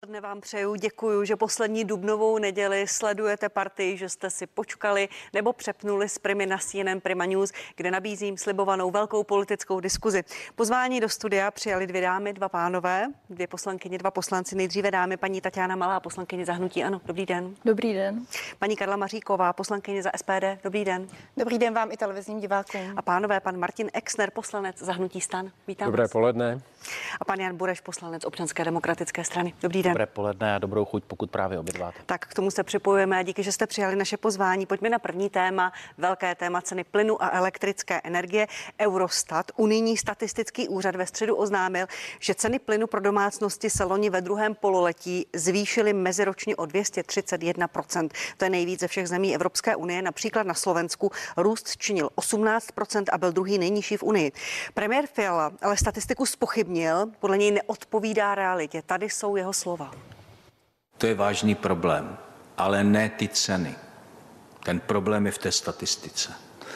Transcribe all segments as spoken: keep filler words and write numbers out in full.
Dne vám přeju, děkuju, že poslední dubnovou neděli sledujete partii, že jste si počkali nebo přepnuli z Primy na C N N Prima News, kde nabízím slibovanou velkou politickou diskuzi. Pozvání do studia přijali dvě dámy, dva pánové, dvě poslankyně, dva poslanci. Nejdříve dámy paní Taťána Malá, poslankyně za hnutí ANO. Dobrý den. Dobrý den. Paní Karla Maříková, poslankyně za S P D. Dobrý den. Dobrý den vám i televizním divákům. A pánové, pan Martin Exner, poslanec za hnutí STAN. Vítám Dobré vás. poledne. A pan Jan Bureš, poslanec Občanské demokratické strany. Dobrý den. Dobré poledne a dobrou chuť, pokud právě obědváte. Tak k tomu se připojujeme. Díky, že jste přijali naše pozvání. Pojďme na první téma. Velké téma ceny plynu a elektrické energie. Eurostat, unijní statistický úřad, ve středu oznámil, že ceny plynu pro domácnosti se loni ve druhém pololetí zvýšily meziročně o dvě stě třicet jedna procent. To je nejvíc ze všech zemí Evropské unie. Například na Slovensku růst činil osmnáct procent a byl druhý nejnižší v Unii. Premiér Fiala ale statistiku zpochybnil. Podle něj neodpovídá realitě. Tady jsou jeho slova. To je vážný problém, ale ne ty ceny. Ten problém je v té statistice.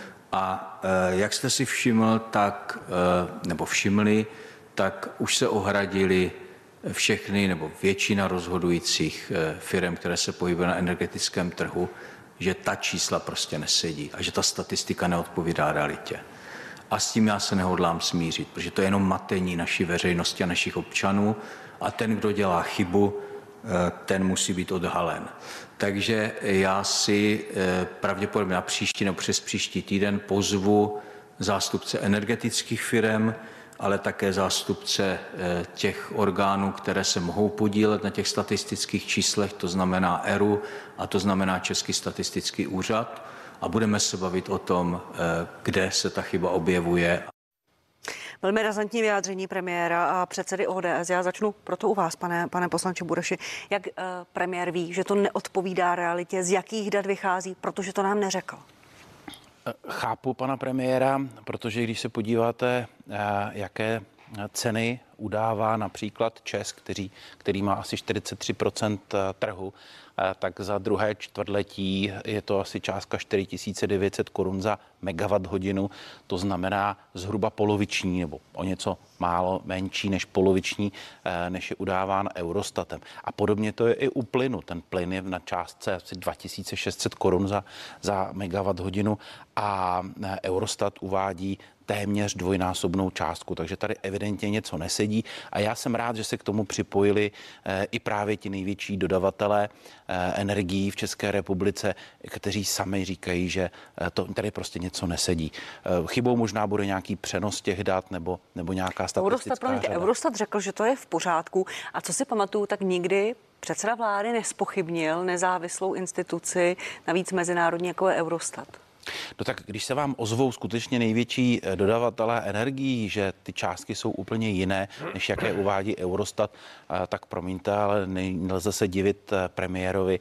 A e, jak jste si všiml, tak, e, nebo všimli, tak už se ohradili všechny nebo většina rozhodujících e, firm, které se pohybují na energetickém trhu, že ta čísla prostě nesedí a že ta statistika neodpovídá realitě. A s tím já se nehodlám smířit, protože to je jenom matení naší veřejnosti a našich občanů a ten, kdo dělá chybu, ten musí být odhalen. Takže já si pravděpodobně na příští nebo přes příští týden pozvu zástupce energetických firem, ale také zástupce těch orgánů, které se mohou podílet na těch statistických číslech, to znamená E R U a to znamená Český statistický úřad. A budeme se bavit o tom, kde se ta chyba objevuje. Velmi razantní vyjádření premiéra a předsedy O D S. Já začnu proto u vás, pane, pane poslanče Bureši. Jak uh, premiér ví, že to neodpovídá realitě, z jakých dat vychází, protože to nám neřekl? Chápu pana premiéra, protože když se podíváte, jaké ceny udává například ČEZ, který, který má asi čtyřicet tři procent trhu, tak za druhé čtvrtletí je to asi částka čtyři tisíce devět set korun za megawatt hodinu. To znamená zhruba poloviční nebo o něco málo menší než poloviční, než je udáván Eurostatem. A podobně to je i u plynu. Ten plyn je na částce asi dva tisíce šest set korun za, za megawatt hodinu a Eurostat uvádí téměř dvojnásobnou částku, takže tady evidentně něco nesedí a já jsem rád, že se k tomu připojili e, i právě ti největší dodavatelé e, energií v České republice, kteří sami říkají, že e, to tady prostě něco nesedí. E, chybou možná bude nějaký přenos těch dat nebo, nebo nějaká statistická Eurostat, promiňte, řada. Eurostat řekl, že to je v pořádku a co si pamatuju, tak nikdy předseda vlády nespochybnil nezávislou instituci, navíc mezinárodní jako je Eurostat. No tak když se vám ozvou skutečně největší dodavatelé energií, že ty částky jsou úplně jiné, než jaké uvádí Eurostat, tak promiňte, ale nelze se divit premiérovi,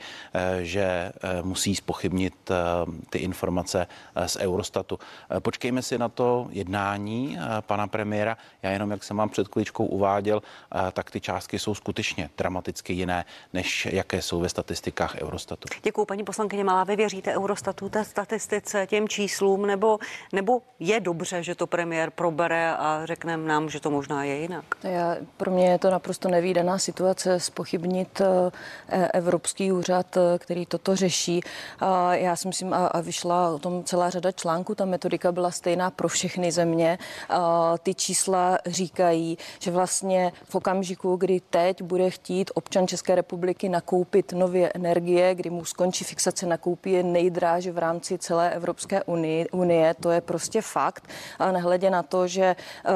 že musí zpochybnit ty informace z Eurostatu. Počkejme si na to jednání pana premiéra. Já jenom, jak jsem vám před chvíličkou uváděl, tak ty částky jsou skutečně dramaticky jiné, než jaké jsou ve statistikách Eurostatu. Děkuju, paní poslankyně Malá. Vy věříte Eurostatu, té statistice, těm číslům, nebo, nebo je dobře, že to premiér probere a řekne nám, že to možná je jinak? Já, pro mě je to naprosto nevídaná situace zpochybnit eh, Evropský úřad, který toto řeší. A já si myslím, a, a vyšla o tom celá řada článků, ta metodika byla stejná pro všechny země. A ty čísla říkají, že vlastně v okamžiku, kdy teď bude chtít občan České republiky nakoupit nově energie, kdy mu skončí fixace, nakoupí je nejdráže v rámci celé Evropské unie, unie, to je prostě fakt. A nehledě na to, že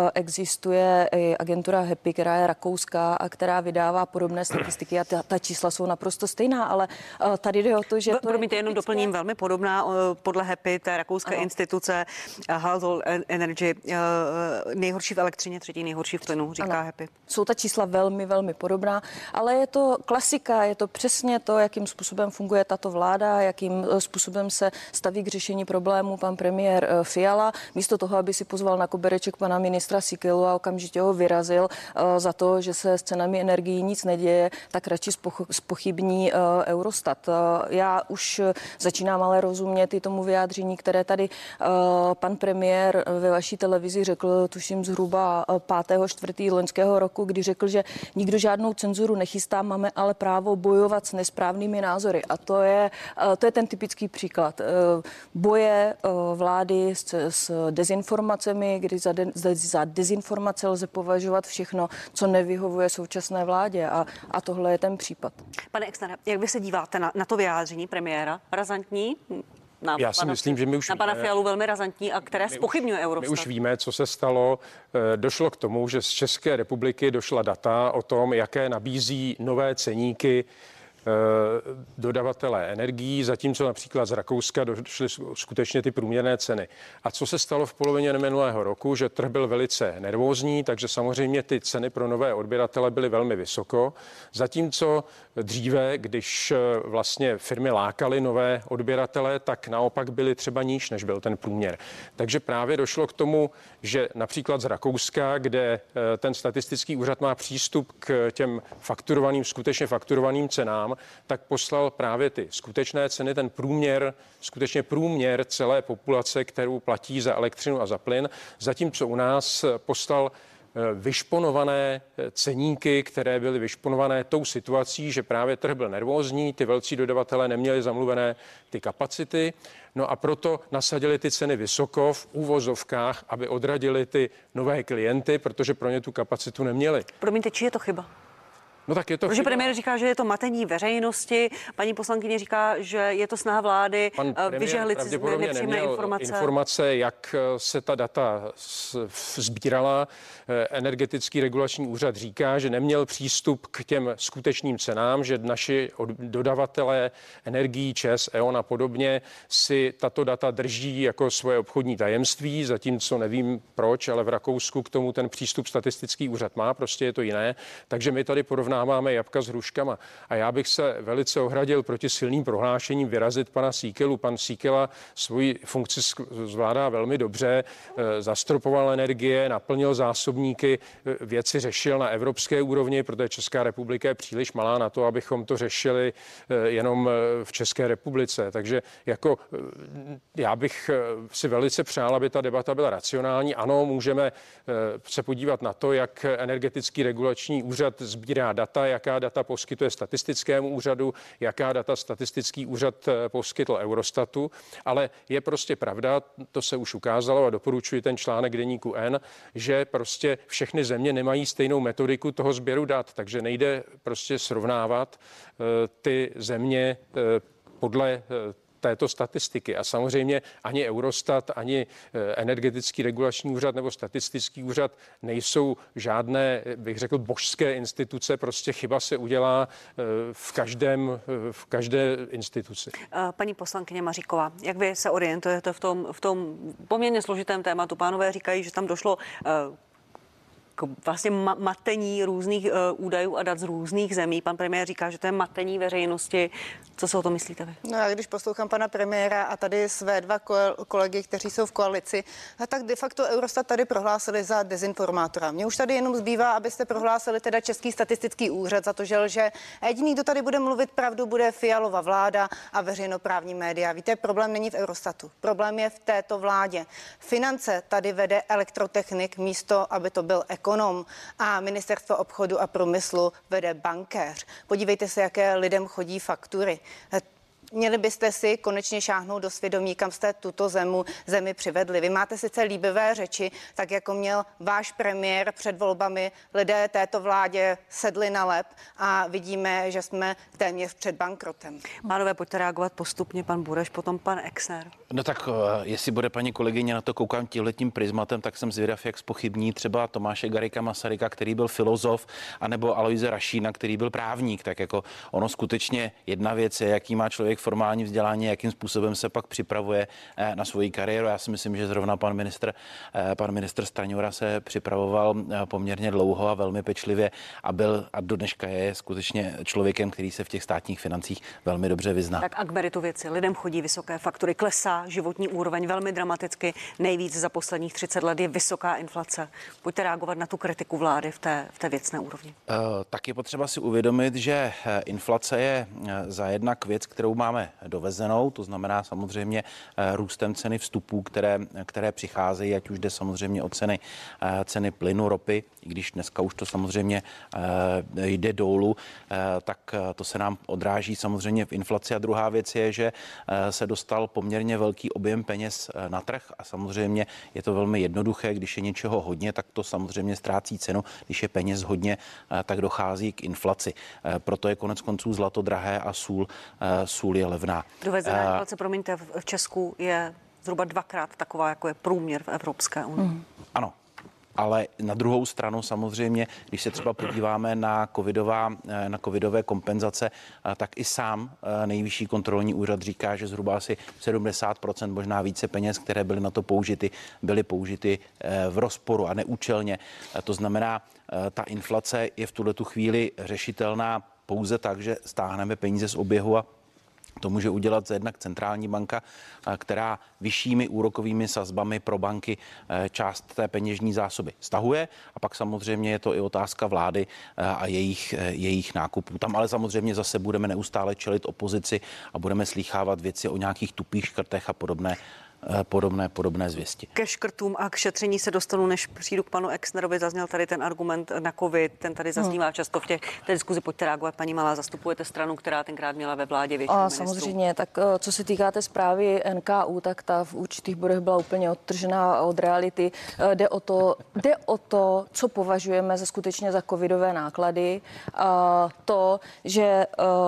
existuje i agentura Happy, která je rakouská a která vydává podobné statistiky a ta, ta čísla jsou naprosto stejná, ale tady jde o to, že... Promiňte, jenom doplním, velmi podobná podle Happy, té rakouské ano. instituce Household Energy, nejhorší v elektřině, třetí nejhorší v plynu, říká ano. Happy. Jsou ta čísla velmi, velmi podobná, ale je to klasika, je to přesně to, jakým způsobem funguje tato vláda, jakým způsobem se staví k řešení řešení problému pan premiér Fiala. Místo toho, aby si pozval na kobereček pana ministra Síkelu a okamžitě ho vyrazil za to, že se s cenami energií nic neděje, tak radši zpochybní Eurostat. Já už začínám ale rozumět i tomu vyjádření, které tady pan premiér ve vaší televizi řekl, tuším zhruba pátého čtvrtého loňského roku, kdy řekl, že nikdo žádnou cenzuru nechystá, máme ale právo bojovat s nesprávnými názory. A to je, to je ten typický příklad boje vlády s, s dezinformacemi, kdy za, de, za dezinformace lze považovat všechno, co nevyhovuje současné vládě. A, a tohle je ten případ. Pane Exnere, jak vy se díváte na, na to vyjádření premiéra? Razantní? Na Já si pana, myslím, že my už na pana víme, Fialu velmi razantní a které zpochybňuje Eurostat. My už víme, co se stalo. Došlo k tomu, že z České republiky došla data o tom, jaké nabízí nové ceníky dodavatelé energií, zatímco například z Rakouska došly skutečně ty průměrné ceny. A co se stalo v polovině minulého roku, že trh byl velice nervózní, takže samozřejmě ty ceny pro nové odběratele byly velmi vysoko, zatímco dříve, když vlastně firmy lákaly nové odběratele, tak naopak byly třeba níž, než byl ten průměr. Takže právě došlo k tomu, že například z Rakouska, kde ten statistický úřad má přístup k těm fakturovaným, skutečně fakturovaným cenám, tak poslal právě ty skutečné ceny, ten průměr, skutečně průměr celé populace, kterou platí za elektřinu a za plyn, zatímco u nás poslal vyšponované ceníky, které byly vyšponované tou situací, že právě trh byl nervózní, ty velcí dodavatelé neměli zamluvené ty kapacity, no a proto nasadili ty ceny vysoko v úvozovkách, aby odradili ty nové klienty, protože pro ně tu kapacitu neměli. Promiňte, či je to chyba? No tak je to Protože chyba. premiér říká, že je to matení veřejnosti, paní poslankyně říká, že je to snaha vlády vyžehlit si nepřímé informace. informace, jak se ta data sbírala. Energetický regulační úřad říká, že neměl přístup k těm skutečným cenám, že naši dodavatelé energií, ČEZ, E O N a podobně si tato data drží jako svoje obchodní tajemství, zatímco nevím proč, ale v Rakousku k tomu ten přístup statistický úřad má, prostě je to jiné. Takže my tady porovnáváme máme jabka s hruškama. A já bych se velice ohradil proti silným prohlášením vyrazit pana Síkelu. Pan Síkela svoji funkci zvládá velmi dobře, zastropoval energie, naplnil zásobníky, věci řešil na evropské úrovni, protože Česká republika je příliš malá na to, abychom to řešili jenom v České republice. Takže jako já bych si velice přál, aby ta debata byla racionální. Ano, můžeme se podívat na to, jak Energetický regulační úřad sbírá data, jaká data poskytuje statistickému úřadu, jaká data statistický úřad poskytl Eurostatu, ale je prostě pravda, to se už ukázalo a doporučuji ten článek deníku N, že prostě všechny země nemají stejnou metodiku toho sběru dat, takže nejde prostě srovnávat ty země podle této statistiky. A samozřejmě ani Eurostat, ani Energetický regulační úřad nebo statistický úřad nejsou žádné, bych řekl, božské instituce. Prostě chyba se udělá v každém, v každé instituci. Paní poslankyně Maříková, jak vy se orientujete v tom, v tom poměrně složitém tématu? Pánové říkají, že tam došlo k vlastně matení různých uh, údajů a dat z různých zemí. Pan premiér říká, že to je matení veřejnosti. Co si o to myslíte vy? No, já když poslouchám pana premiéra a tady své dva kolegy, kteří jsou v koalici, a tak de facto Eurostat tady prohlásili za dezinformátora. Mně už tady jenom zbývá, abyste prohlásili teda Český statistický úřad za to, že lže. A jediný, kdo tady bude mluvit pravdu, bude Fialova vláda a veřejnoprávní média. Víte, problém není v Eurostatu. Problém je v této vládě. Finance tady vede elektrotechnik místo, aby to byl ekonom, a ministerstvo obchodu a průmyslu vede bankéř. Podívejte se, jaké lidem chodí faktury. Měli byste si konečně šáhnout do svědomí, kam jste tuto zemu, zemi přivedli. Vy máte sice líbivé řeči, tak jako měl váš premiér před volbami, lidé této vládě sedli na lep a vidíme, že jsme téměř před bankrotem. Pánové, pojďte reagovat postupně, pan Bureš, potom pan Exner. No tak jestli bude paní kolegyně na to koukám tímhletím prismatem, tak jsem zvědav, jak zpochybní třeba Tomáše Garrigua Masaryka, který byl filozof, anebo Aloise Rašína, který byl právník. Tak jako ono skutečně jedna věc je, jaký má člověk formální vzdělání, jakým způsobem se pak připravuje na svoji kariéru. Já si myslím, že zrovna pan ministr, pan ministr Stanjura se připravoval poměrně dlouho a velmi pečlivě a byl a do dneška je skutečně člověkem, který se v těch státních financích velmi dobře vyzná. Tak a k meritu věci. Lidem chodí vysoké faktury, klesá životní úroveň velmi dramaticky. Nejvíc za posledních třicet let je vysoká inflace. Pojďte reagovat na tu kritiku vlády v té, v té věcné úrovni. Uh, tak je potřeba si uvědomit, že inflace je za jednak věc, kterou máme dovezenou, to znamená samozřejmě růstem ceny vstupů, které, které přicházejí, ať už jde samozřejmě o ceny, ceny plynu, ropy, i když dneska už to samozřejmě jde dolů, tak to se nám odráží samozřejmě v inflaci. A druhá věc je, že se dostal poměrně velký objem peněz na trh a samozřejmě je to velmi jednoduché, když je něčeho hodně, tak to samozřejmě ztrácí cenu, když je peněz hodně, tak dochází k inflaci. Proto je konec konců zlato drahé a sůl, sůl je levná. Dovezená inflace, promiňte, v Česku je zhruba dvakrát taková, jako je průměr v Evropské unii. Hmm. Ano. Ale na druhou stranu samozřejmě, když se třeba podíváme na, covidová, na covidové kompenzace, tak i sám Nejvyšší kontrolní úřad říká, že zhruba asi sedmdesát procent, možná více peněz, které byly na to použity, byly použity v rozporu a neúčelně. To znamená, ta inflace je v tuhletu chvíli řešitelná pouze tak, že stáhneme peníze z oběhu a to může udělat jednak centrální banka, která vyššími úrokovými sazbami pro banky část té peněžní zásoby stahuje. A pak samozřejmě je to i otázka vlády a jejich, jejich nákupů. Tam ale samozřejmě zase budeme neustále čelit opozici a budeme slýchávat věci o nějakých tupých škrtech a podobné Podobné, podobné zvěsti. Ke škrtům a k šetření se dostanu, než přijdu k panu Exnerovi. Zazněl tady ten argument na covid, ten tady zaznívá hmm. často v těch té diskuzi. Pojďte reagovat, paní Malá, zastupujete stranu, která tenkrát měla ve vládě většinu A ministrů. samozřejmě, tak co se týká té zprávy N K U, tak ta v určitých bodech byla úplně odtržená od reality. Jde o to, jde o to, co považujeme za skutečně za covidové náklady. A to, že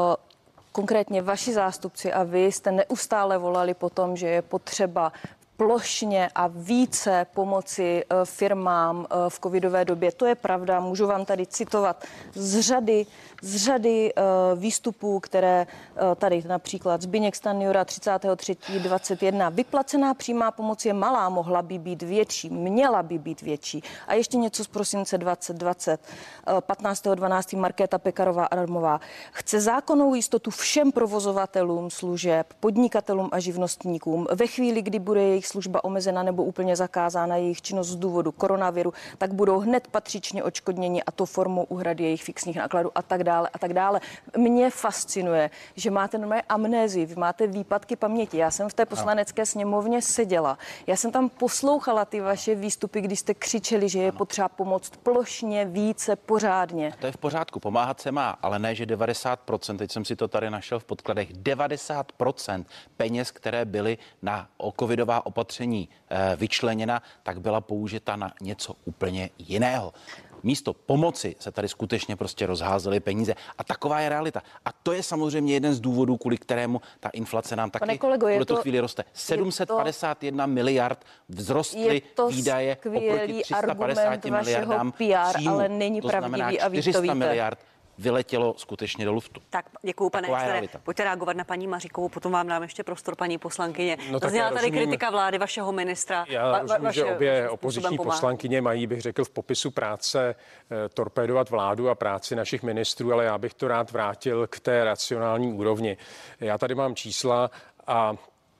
konkrétně vaši zástupci a vy jste neustále volali po tom, že je potřeba plošně a více pomoci firmám v covidové době. To je pravda, můžu vám tady citovat z řady, z řady výstupů, které tady například Zbyněk Stanjura třicátého třetího dvacet jedna. Vyplacená přímá pomoc je malá, mohla by být větší, měla by být větší. A ještě něco z prosince dvacet dvacet. patnáctého dvanáctého Markéta Pekarová Adamová. Chce zákonnou jistotu všem provozovatelům služeb, podnikatelům a živnostníkům. Ve chvíli, kdy bude jejich služba omezena nebo úplně zakázána jejich činnost z důvodu koronaviru, tak budou hned patřičně odškodněni a to formou úhrady jejich fixních nákladů a tak dále a tak dále. Mě fascinuje, že máte normálně amnézii, vy máte výpadky paměti. Já jsem v té poslanecké sněmovně seděla. Já jsem tam poslouchala ty vaše výstupy, když jste křičeli, že je potřeba pomoct plošně, více, pořádně. To je v pořádku, pomáhat se má, ale ne, že devadesát procent, teď jsem si to tady našel v podkladech, devadesát procent peněz, které byly na covidová opatření vyčleněna, tak byla použita na něco úplně jiného. Místo pomoci se tady skutečně prostě rozházely peníze. A taková je realita. A to je samozřejmě jeden z důvodů, kvůli kterému ta inflace nám taky kolego, v tuto chvíli roste. sedm set padesát jedna miliard vzrostly výdaje oproti tři sta padesáti miliardám P R, příjmu. Ale není to pravdivý a vy čtyři sta to víte. Miliard vyletělo skutečně do luftu. Tak děkuju, pane Exnere. Pojďte reagovat na paní Maříkovou, potom vám dám ještě prostor, paní poslankyně. No, zazněla tady kritika vlády, vašeho ministra. Já va, rozumím, že obě opoziční poslankyně mají, bych řekl, v popisu práce eh, torpédovat vládu a práci našich ministrů, ale já bych to rád vrátil k té racionální úrovni. Já tady mám čísla a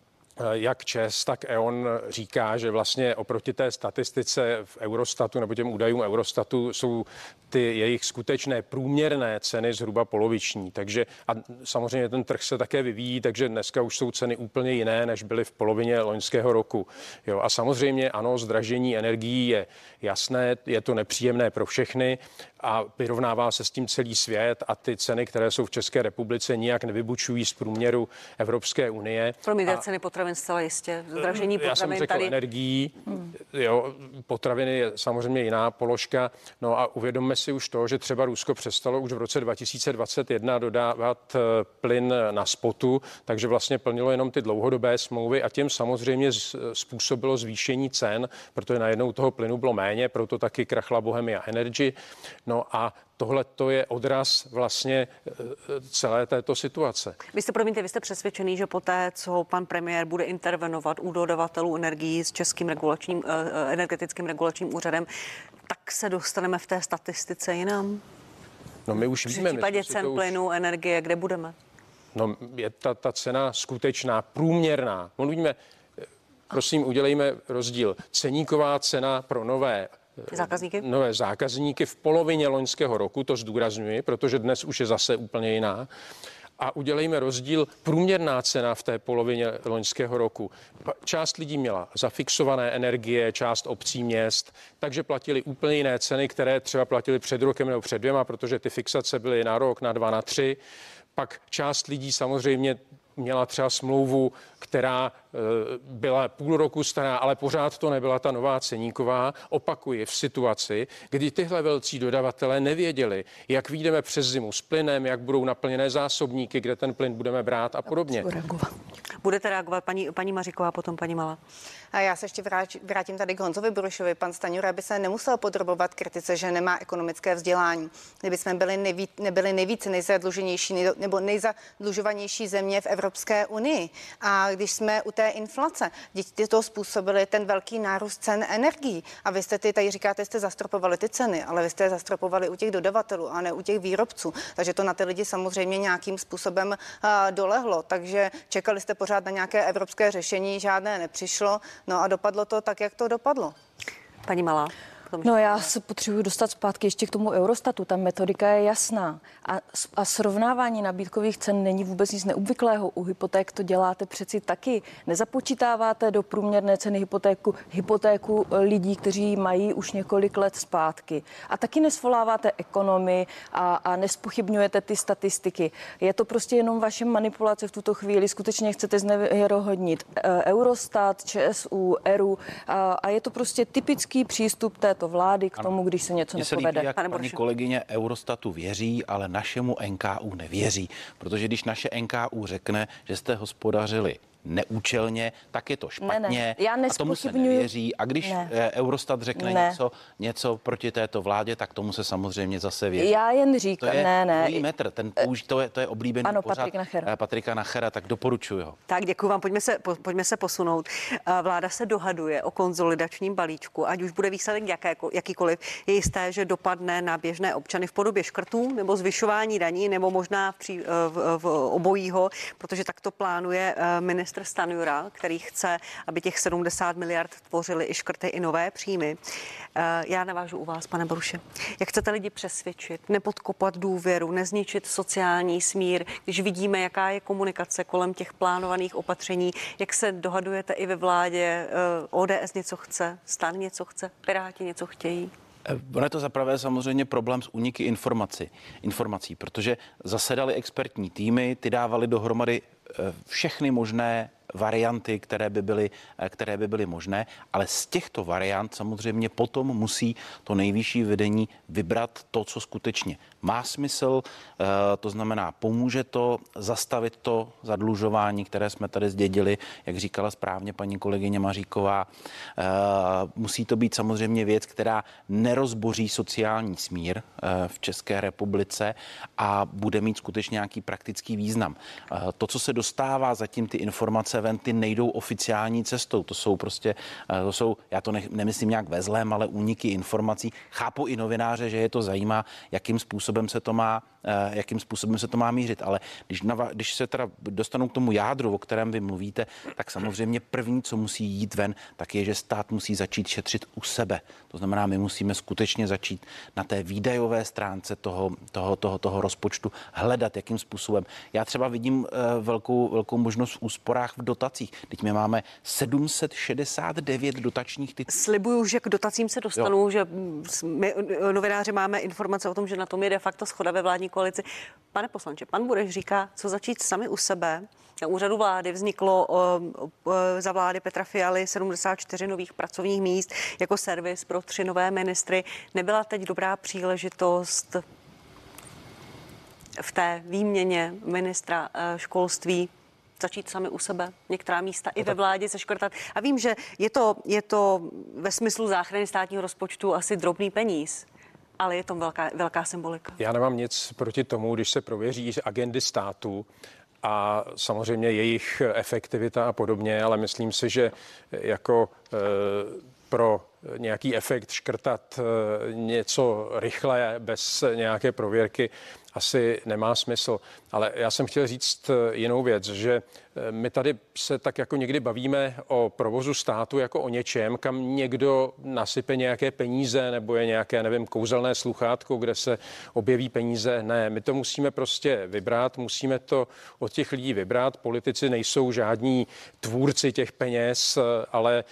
jak ČES, tak E O N říká, že vlastně oproti té statistice v Eurostatu nebo těm údajům Eurostatu jsou ty jejich skutečné průměrné ceny zhruba poloviční. Takže a samozřejmě ten trh se také vyvíjí, takže dneska už jsou ceny úplně jiné, než byly v polovině loňského roku. Jo, a samozřejmě ano, zdražení energií je jasné, je to nepříjemné pro všechny a vyrovnává se s tím celý svět a ty ceny, které jsou v České republice, nijak nevybučují z průměru Evropské unie. Promiňte, ceny potravin zcela jistě. Zdražení potravin. Já jsem řekl tady energií, hmm. jo, potraviny je samozřejmě jiná položka. No a uvědomme si už to, že třeba Rusko přestalo už v roce dva tisíce dvacet jedna dodávat plyn na spotu, takže vlastně plnilo jenom ty dlouhodobé smlouvy a tím samozřejmě způsobilo zvýšení cen, protože najednou toho plynu bylo méně, proto taky krachla Bohemia Energy. No a tohle to je odraz vlastně celé této situace. Vy jste, promiňte, vy jste přesvědčený, že poté, co pan premiér bude intervenovat u dodavatelů energií s Českým regulačním, energetickým regulačním úřadem, tak se dostaneme v té statistice jinam? No my už v víme. případě cen už... plynu, energie, kde budeme? No je ta, ta cena skutečná, průměrná. Mluvíme, prosím, udělejme rozdíl. Ceníková cena pro nové zákazníky? nové zákazníky v polovině loňského roku, to zdůrazňuji, protože dnes už je zase úplně jiná. A udělejme rozdíl průměrná cena v té polovině loňského roku. Část lidí měla zafixované energie, část obcí, měst, takže platili úplně jiné ceny, které třeba platili před rokem nebo před dvěma, protože ty fixace byly na rok, na dva, na tři. Pak část lidí samozřejmě měla třeba smlouvu, která e, byla půl roku stará, ale pořád to nebyla ta nová ceníková. Opakuji, v situaci, kdy tyhle velcí dodavatelé nevěděli, jak vyjdeme přes zimu s plynem, jak budou naplněné zásobníky, kde ten plyn budeme brát a podobně. Budete reagovat paní, paní Maříková, potom paní Malá. A já se ještě vrátím, vrátím tady k Honzovi Burošovi. Pan Stanjura by se nemusel podrobovat kritice, že nemá ekonomické vzdělání. Kdyby jsme byli nejví, nebyli nejvíce nejzadluženější nebo nejzadlužovanější země v Evropské unii. A když jsme u té inflace, děti to způsobili ten velký nárůst cen energií. A vy jste ty, tady říkáte, jste zastropovali ty ceny, ale vy jste je zastropovali u těch dodavatelů a ne u těch výrobců. Takže to na ty lidi samozřejmě nějakým způsobem uh, dolehlo. Takže čekali jste pořád na nějaké evropské řešení, žádné nepřišlo. No a dopadlo to tak, jak to dopadlo. Paní Malá. No já se potřebuji dostat zpátky ještě k tomu Eurostatu. Ta metodika je jasná a, a srovnávání nabídkových cen není vůbec nic neobvyklého. U hypoték to děláte přeci taky. Nezapočítáváte do průměrné ceny hypotéku, hypotéku lidí, kteří mají už několik let zpátky. A taky nesvoláváte ekonomy a, a nespochybňujete ty statistiky. Je to prostě jenom vaše manipulace v tuto chvíli. Skutečně chcete znevěrohodnit Eurostat, ČSÚ, ERU a, a je to prostě typický přístup této vlády k tomu, když se něco Mně se nepovede. líbí, jak paní kolegyně Eurostatu věří, ale našemu N K U nevěří. Protože když naše N K U řekne, že jste hospodařili neúčelně, tak je to špatně. Ne, ne. Já a tomu se nevěří. A když ne. Eurostat řekne ne. něco, něco proti této vládě, tak tomu se samozřejmě zase věří. Já jen říkám, to je ne, ne. metr, ten použ, to, je, to je oblíbený ano, pořad Patrik Nachera. Patrika Nachera, tak doporučuji ho. Tak děkuji vám, pojďme se, po, pojďme se posunout. Vláda se dohaduje o konsolidačním balíčku, ať už bude výsledek jaké, jakýkoliv. Je jisté, že dopadne na běžné občany v podobě škrtů nebo zvyšování daní, nebo možná v, pří, v, v obojího, protože tak to plánuje ministr Stanjura, který chce, aby těch sedmdesát miliard tvořily i škrty, i nové příjmy. Já navážu u vás, pane Buroši. Jak chcete lidi přesvědčit, nepodkopat důvěru, nezničit sociální smír, když vidíme, jaká je komunikace kolem těch plánovaných opatření, jak se dohadujete i ve vládě, O D S něco chce, STAN něco chce, Piráti něco chtějí? Ono je to zaprvé samozřejmě problém s úniky informací, informací, protože zasedali expertní týmy, ty dávali dohromady všechny možné varianty, které by byly, které by byly možné, ale z těchto variant samozřejmě potom musí to nejvyšší vedení vybrat to, co skutečně má smysl, to znamená, pomůže to zastavit to zadlužování, které jsme tady zdědili, jak říkala správně paní kolegyně Maříková. Musí to být samozřejmě věc, která nerozboří sociální smír v České republice a bude mít skutečně nějaký praktický význam. To, co se dostává zatím ty informace ven, ty nejdou oficiální cestou. To jsou prostě, to jsou, já to ne, nemyslím nějak ve zlém, ale úniky informací. Chápu i novináře, že je to zajímá, jakým způsobem se to má, jakým způsobem se to má mířit. Ale když, na, když se teda dostanou k tomu jádru, o kterém vy mluvíte, tak samozřejmě první, co musí jít ven, tak je, že stát musí začít šetřit u sebe. To znamená, my musíme skutečně začít na té výdajové stránce toho, toho, toho, toho rozpočtu hledat, jakým způsobem. Já třeba vidím velkou, velkou možnost v úsporách v dotacích. Teď my máme sedm set šedesát devět dotačních titulů. Slibuju, že k dotacím se dostanu, jo. Že my novináři máme informace o tom, že na tom je de facto shoda ve vládní koalici. Pane poslanče, pan Bureš říká, co začít sami u sebe. Na úřadu vlády vzniklo o, o, za vlády Petra Fialy sedmdesát čtyři nových pracovních míst jako servis pro tři nové ministry. Nebyla teď dobrá příležitost v té výměně ministra školství začít sami u sebe, některá místa i ve vládě seškrtat. A vím, že je to, je to ve smyslu záchrany státního rozpočtu asi drobný peníz. ale je tam velká, velká symbolika. Já nemám nic proti tomu, když se prověří agendy státu a samozřejmě jejich efektivita a podobně, ale myslím si, že jako e, pro nějaký efekt škrtat něco rychle bez nějaké prověrky asi nemá smysl. Ale já jsem chtěl říct jinou věc, že my tady se tak jako někdy bavíme o provozu státu jako o něčem, kam někdo nasype nějaké peníze nebo je nějaké, nevím, kouzelné sluchátko, kde se objeví peníze. Ne, my to musíme prostě vybrat, musíme to od těch lidí vybrat. Politici nejsou žádní tvůrci těch peněz, ale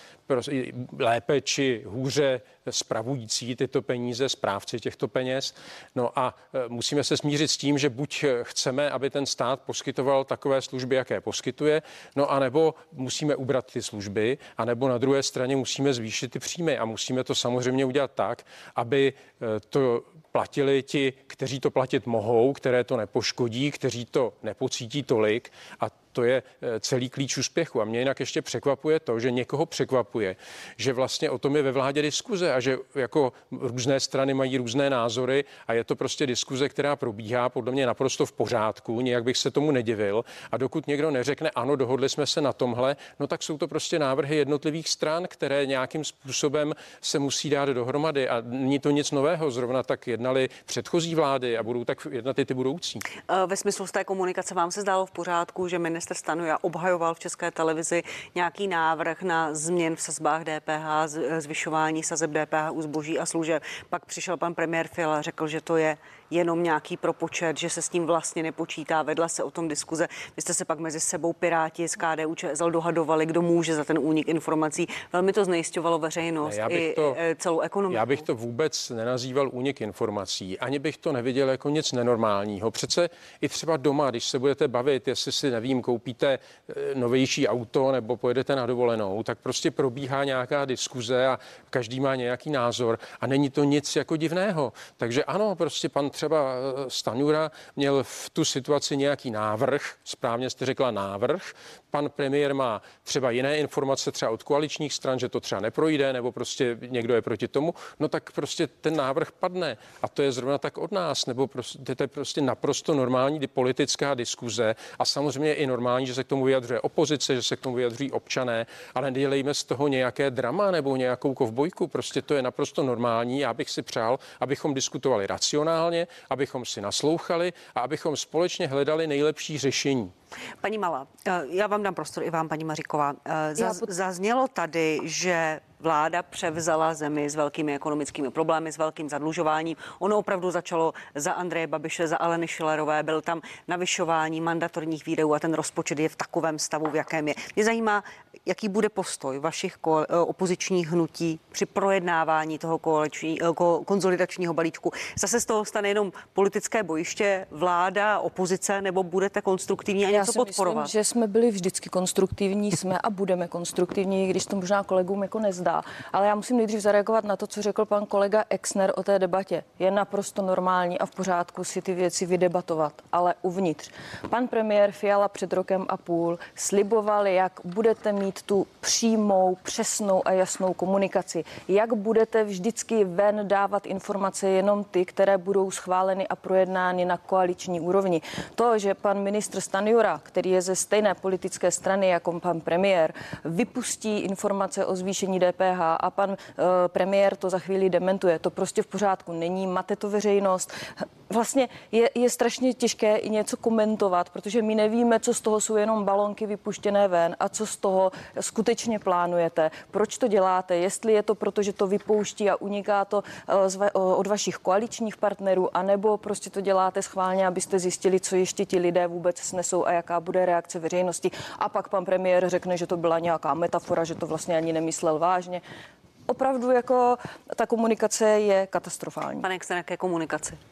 lépe či hůře spravující tyto peníze, správci těchto peněz. No a musíme se smířit s tím, že buď chceme, aby ten stát poskytoval takové služby, jaké poskytuje, no a nebo musíme ubrat ty služby, a nebo na druhé straně musíme zvýšit ty příjmy a musíme to samozřejmě udělat tak, aby to platili ti, kteří to platit mohou, které to nepoškodí, kteří to nepocítí tolik, a to je celý klíč úspěchu. A mě jinak ještě překvapuje to, že někoho překvapuje, že vlastně o tom je ve vládě diskuze a že jako různé strany mají různé názory a je to prostě diskuze, která probíhá podle mě naprosto v pořádku, nijak bych se tomu nedivil. A dokud někdo neřekne, ano, dohodli jsme se na tomhle, no tak jsou to prostě návrhy jednotlivých stran, které nějakým způsobem se musí dát dohromady a není to nic nového. Zrovna tak jednali předchozí vlády a budou tak jednat i ty budoucí. Ve smyslu z té komunikace vám se zdálo v pořádku, že ministr Stanjura obhajoval v České televizi nějaký návrh na změn v sazbách D P H, zvyšování sazeb D P H u zboží a služeb. Pak přišel pan premiér Fiala a řekl, že to je jenom nějaký propočet, že se s tím vlastně nepočítá. Vedla se o tom diskuze. Vy jste se pak mezi sebou Piráti z K D U Č S L dohadovali, kdo může za ten únik informací. Velmi to znejisťovalo veřejnost ne, i to, celou ekonomiku. Já bych to vůbec nenazýval únik informací, ani bych to neviděl jako nic nenormálního. Přece i třeba doma, když se budete bavit, jestli si, nevím, koupíte novější auto nebo pojedete na dovolenou, tak prostě probíhá nějaká diskuze a každý má nějaký názor a není to nic jako divného. Takže ano, prostě pan třeba Stanjura měl v tu situaci nějaký návrh, správně jste řekla návrh, pan premiér má třeba jiné informace třeba od koaličních stran, že to třeba neprojde, nebo prostě někdo je proti tomu, no tak prostě ten návrh padne a to je zrovna tak od nás, nebo prostě, to je prostě naprosto normální politická diskuze a samozřejmě i normální, že se k tomu vyjadřuje opozice, že se k tomu vyjadřují občané, ale nedělejme z toho nějaké drama nebo nějakou kovbojku, prostě to je naprosto normální. Já bych si přál, abychom diskutovali racionálně, abychom si naslouchali a abychom společně hledali nejlepší řešení. Paní Malá, já vám dám prostor i vám, paní Maříková. Zaz, pod... Zaznělo tady, že vláda převzala zemi s velkými ekonomickými problémy, s velkým zadlužováním. Ono opravdu začalo za Andreje Babiše, za Aleny Schillerové, byl tam navyšování mandatorních výdajů a ten rozpočet je v takovém stavu, v jakém je. Mě zajímá, jaký bude postoj vašich ko- opozičních hnutí při projednávání toho koaliční, ko- konzolidačního balíčku. Zase z toho stane jenom politické bojiště, vláda, opozice, nebo budete konstruktivní a Já něco si podporovat? Myslím, že jsme byli vždycky konstruktivní, jsme a budeme konstruktivní, když to možná kolegům jako nezdá. Ale já musím nejdřív zareagovat na to, co řekl pan kolega Exner o té debatě. Je naprosto normální a v pořádku si ty věci vydebatovat, ale uvnitř. Pan premiér Fiala před rokem a půl sliboval, jak budete mít tu přímou, přesnou a jasnou komunikaci. Jak budete vždycky ven dávat informace jenom ty, které budou schváleny a projednány na koaliční úrovni. To, že pan ministr Stanjura, který je ze stejné politické strany jako pan premiér, vypustí informace o zvýšení D P H a pan uh, premiér to za chvíli dementuje. To prostě v pořádku není, mate to veřejnost. Vlastně je, je strašně těžké i něco komentovat, protože my nevíme, co z toho jsou jenom balonky vypuštěné ven a co z toho skutečně plánujete. Proč to děláte? Jestli je to proto, že to vypouští a uniká to uh, od vašich koaličních partnerů, anebo prostě to děláte schválně, abyste zjistili, co ještě ti lidé vůbec snesou a jaká bude reakce veřejnosti. A pak pan premiér řekne, že to byla nějaká metafora, že to vlastně ani nemyslel vážně. Opravdu jako ta komunikace je katastrofální. Pane Exner, jaké komunikaci?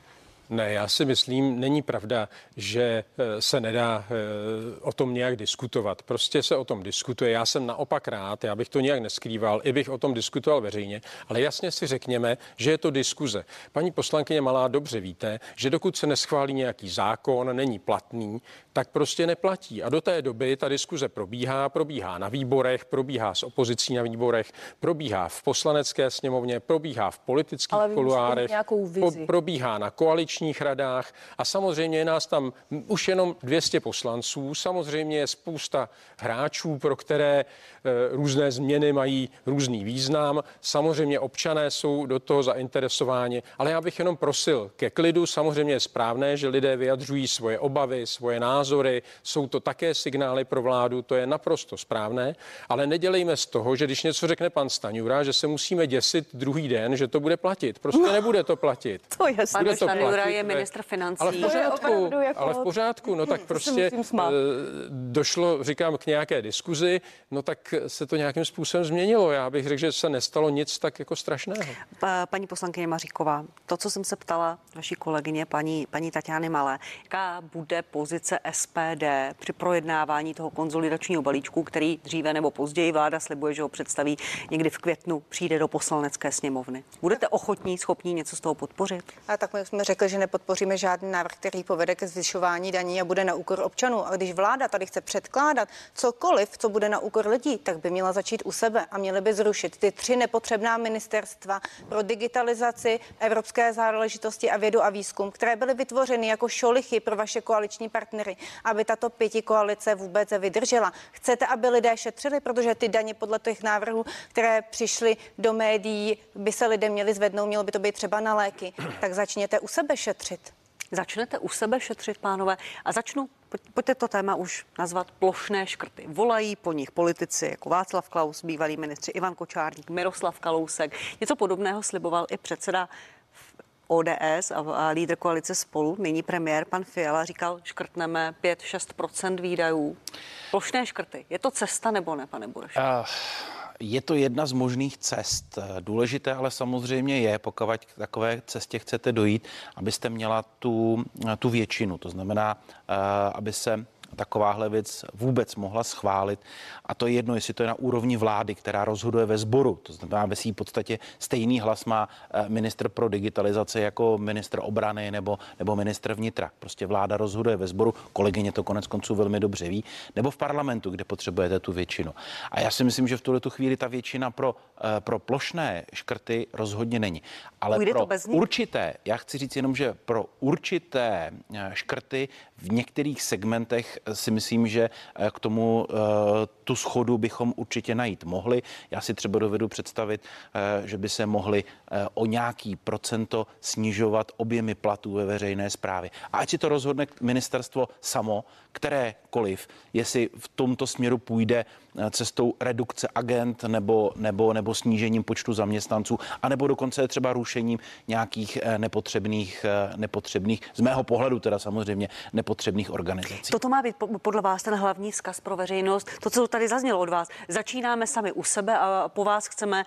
Ne, já si myslím, není pravda, že se nedá o tom nějak diskutovat. Prostě se o tom diskutuje. Já jsem naopak rád, já bych to nějak neskrýval, i bych o tom diskutoval veřejně, ale jasně si řekněme, že je to diskuze. Paní poslankyně Malá, dobře víte, že dokud se neschválí nějaký zákon, není platný, tak prostě neplatí. A do té doby ta diskuze probíhá, probíhá na výborech, probíhá s opozicí na výborech, probíhá v poslanecké sněmovně, probíhá v politických kuluárech, po, probíhá na koaličních radách a samozřejmě je nás tam už jenom dvě stě poslanců, samozřejmě je spousta hráčů, pro které e, různé změny mají různý význam, samozřejmě občané jsou do toho zainteresováni, ale já bych jenom prosil ke klidu, samozřejmě je správné, že lidé vyjadřují svoje obavy, svoje názory, jsou to také signály pro vládu, to je naprosto správné, ale nedělejme z toho, že když něco řekne pan Stanjura, že se musíme děsit druhý den, že to bude platit. Prostě no, nebude to platit. To je pan Stanjura je ministr financí. Ale v pořádku, jako... ale v pořádku, no tak prostě došlo, říkám, k nějaké diskuzi, no tak se to nějakým způsobem změnilo. Já bych řekl, že se nestalo nic tak jako strašného. Paní poslankyně Maříková, to, co jsem se ptala vaší kolegyně, paní, paní Taťány Malé, jaká bude pozice S P D při projednávání toho konsolidačního balíčku, který dříve nebo později vláda slibuje, že ho představí někdy v květnu, přijde do poslanecké sněmovny. Budete ochotní, schopní něco z toho podpořit? A tak my jsme řekli, že nepodpoříme žádný návrh, který povede ke zvyšování daní a bude na úkor občanů. A když vláda tady chce předkládat cokoliv, co bude na úkor lidí, tak by měla začít u sebe a měly by zrušit ty tři nepotřebná ministerstva pro digitalizaci, evropské záležitosti a vědu a výzkum, které byly vytvořeny jako šolichy pro vaše koaliční partnery, aby tato pěti koalice vůbec vydržela. Chcete, aby lidé šetřili, protože ty daně podle těch návrhů, které přišly do médií, by se lidé měli zvednout, mělo by to být třeba na léky. Tak začněte u sebe šetřit. Začnete u sebe šetřit, pánové, a začnu, pojďte to téma už nazvat plošné škrty. Volají po nich politici jako Václav Klaus, bývalý ministři Ivan Kočárník, Miroslav Kalousek. Něco podobného sliboval i předseda O D S a, a lídr koalice Spolu, nyní premiér pan Fiala, říkal, škrtneme pět šest procent výdajů. Plošné škrty. Je to cesta nebo ne, pane Bureš? Uh. Je to jedna z možných cest. Důležité ale samozřejmě je, pokud k takové cestě chcete dojít, abyste měla tu, tu většinu. To znamená, aby se takováhle věc vůbec mohla schválit. A to je jedno, jestli to je na úrovni vlády, která rozhoduje ve sboru. To znamená, ve svým podstatě stejný hlas má ministr pro digitalizaci jako ministr obrany nebo, nebo ministr vnitra. Prostě vláda rozhoduje ve sboru, kolegyně to konec konců velmi dobře ví, nebo v parlamentu, kde potřebujete tu většinu. A já si myslím, že v tuhletu chvíli ta většina pro, pro plošné škrty rozhodně není. Ale Půjde pro určité, já chci říct jenom, že pro určité škrty v některých segmentech si myslím, že k tomu tu schodu bychom určitě najít mohli. Já si třeba dovedu představit, že by se mohli o nějaký procento snižovat objemy platů ve veřejné správě. A ať si to rozhodne ministerstvo samo, kterékoliv, jestli v tomto směru půjde cestou redukce agent nebo, nebo, nebo snížením počtu zaměstnanců, anebo dokonce třeba rušením nějakých nepotřebných, nepotřebných, z mého pohledu teda samozřejmě, nepotřebných organizací. Toto má být podle vás ten hlavní vzkaz pro veřejnost. To, co tady zaznělo od vás. Začínáme sami u sebe a po vás chceme,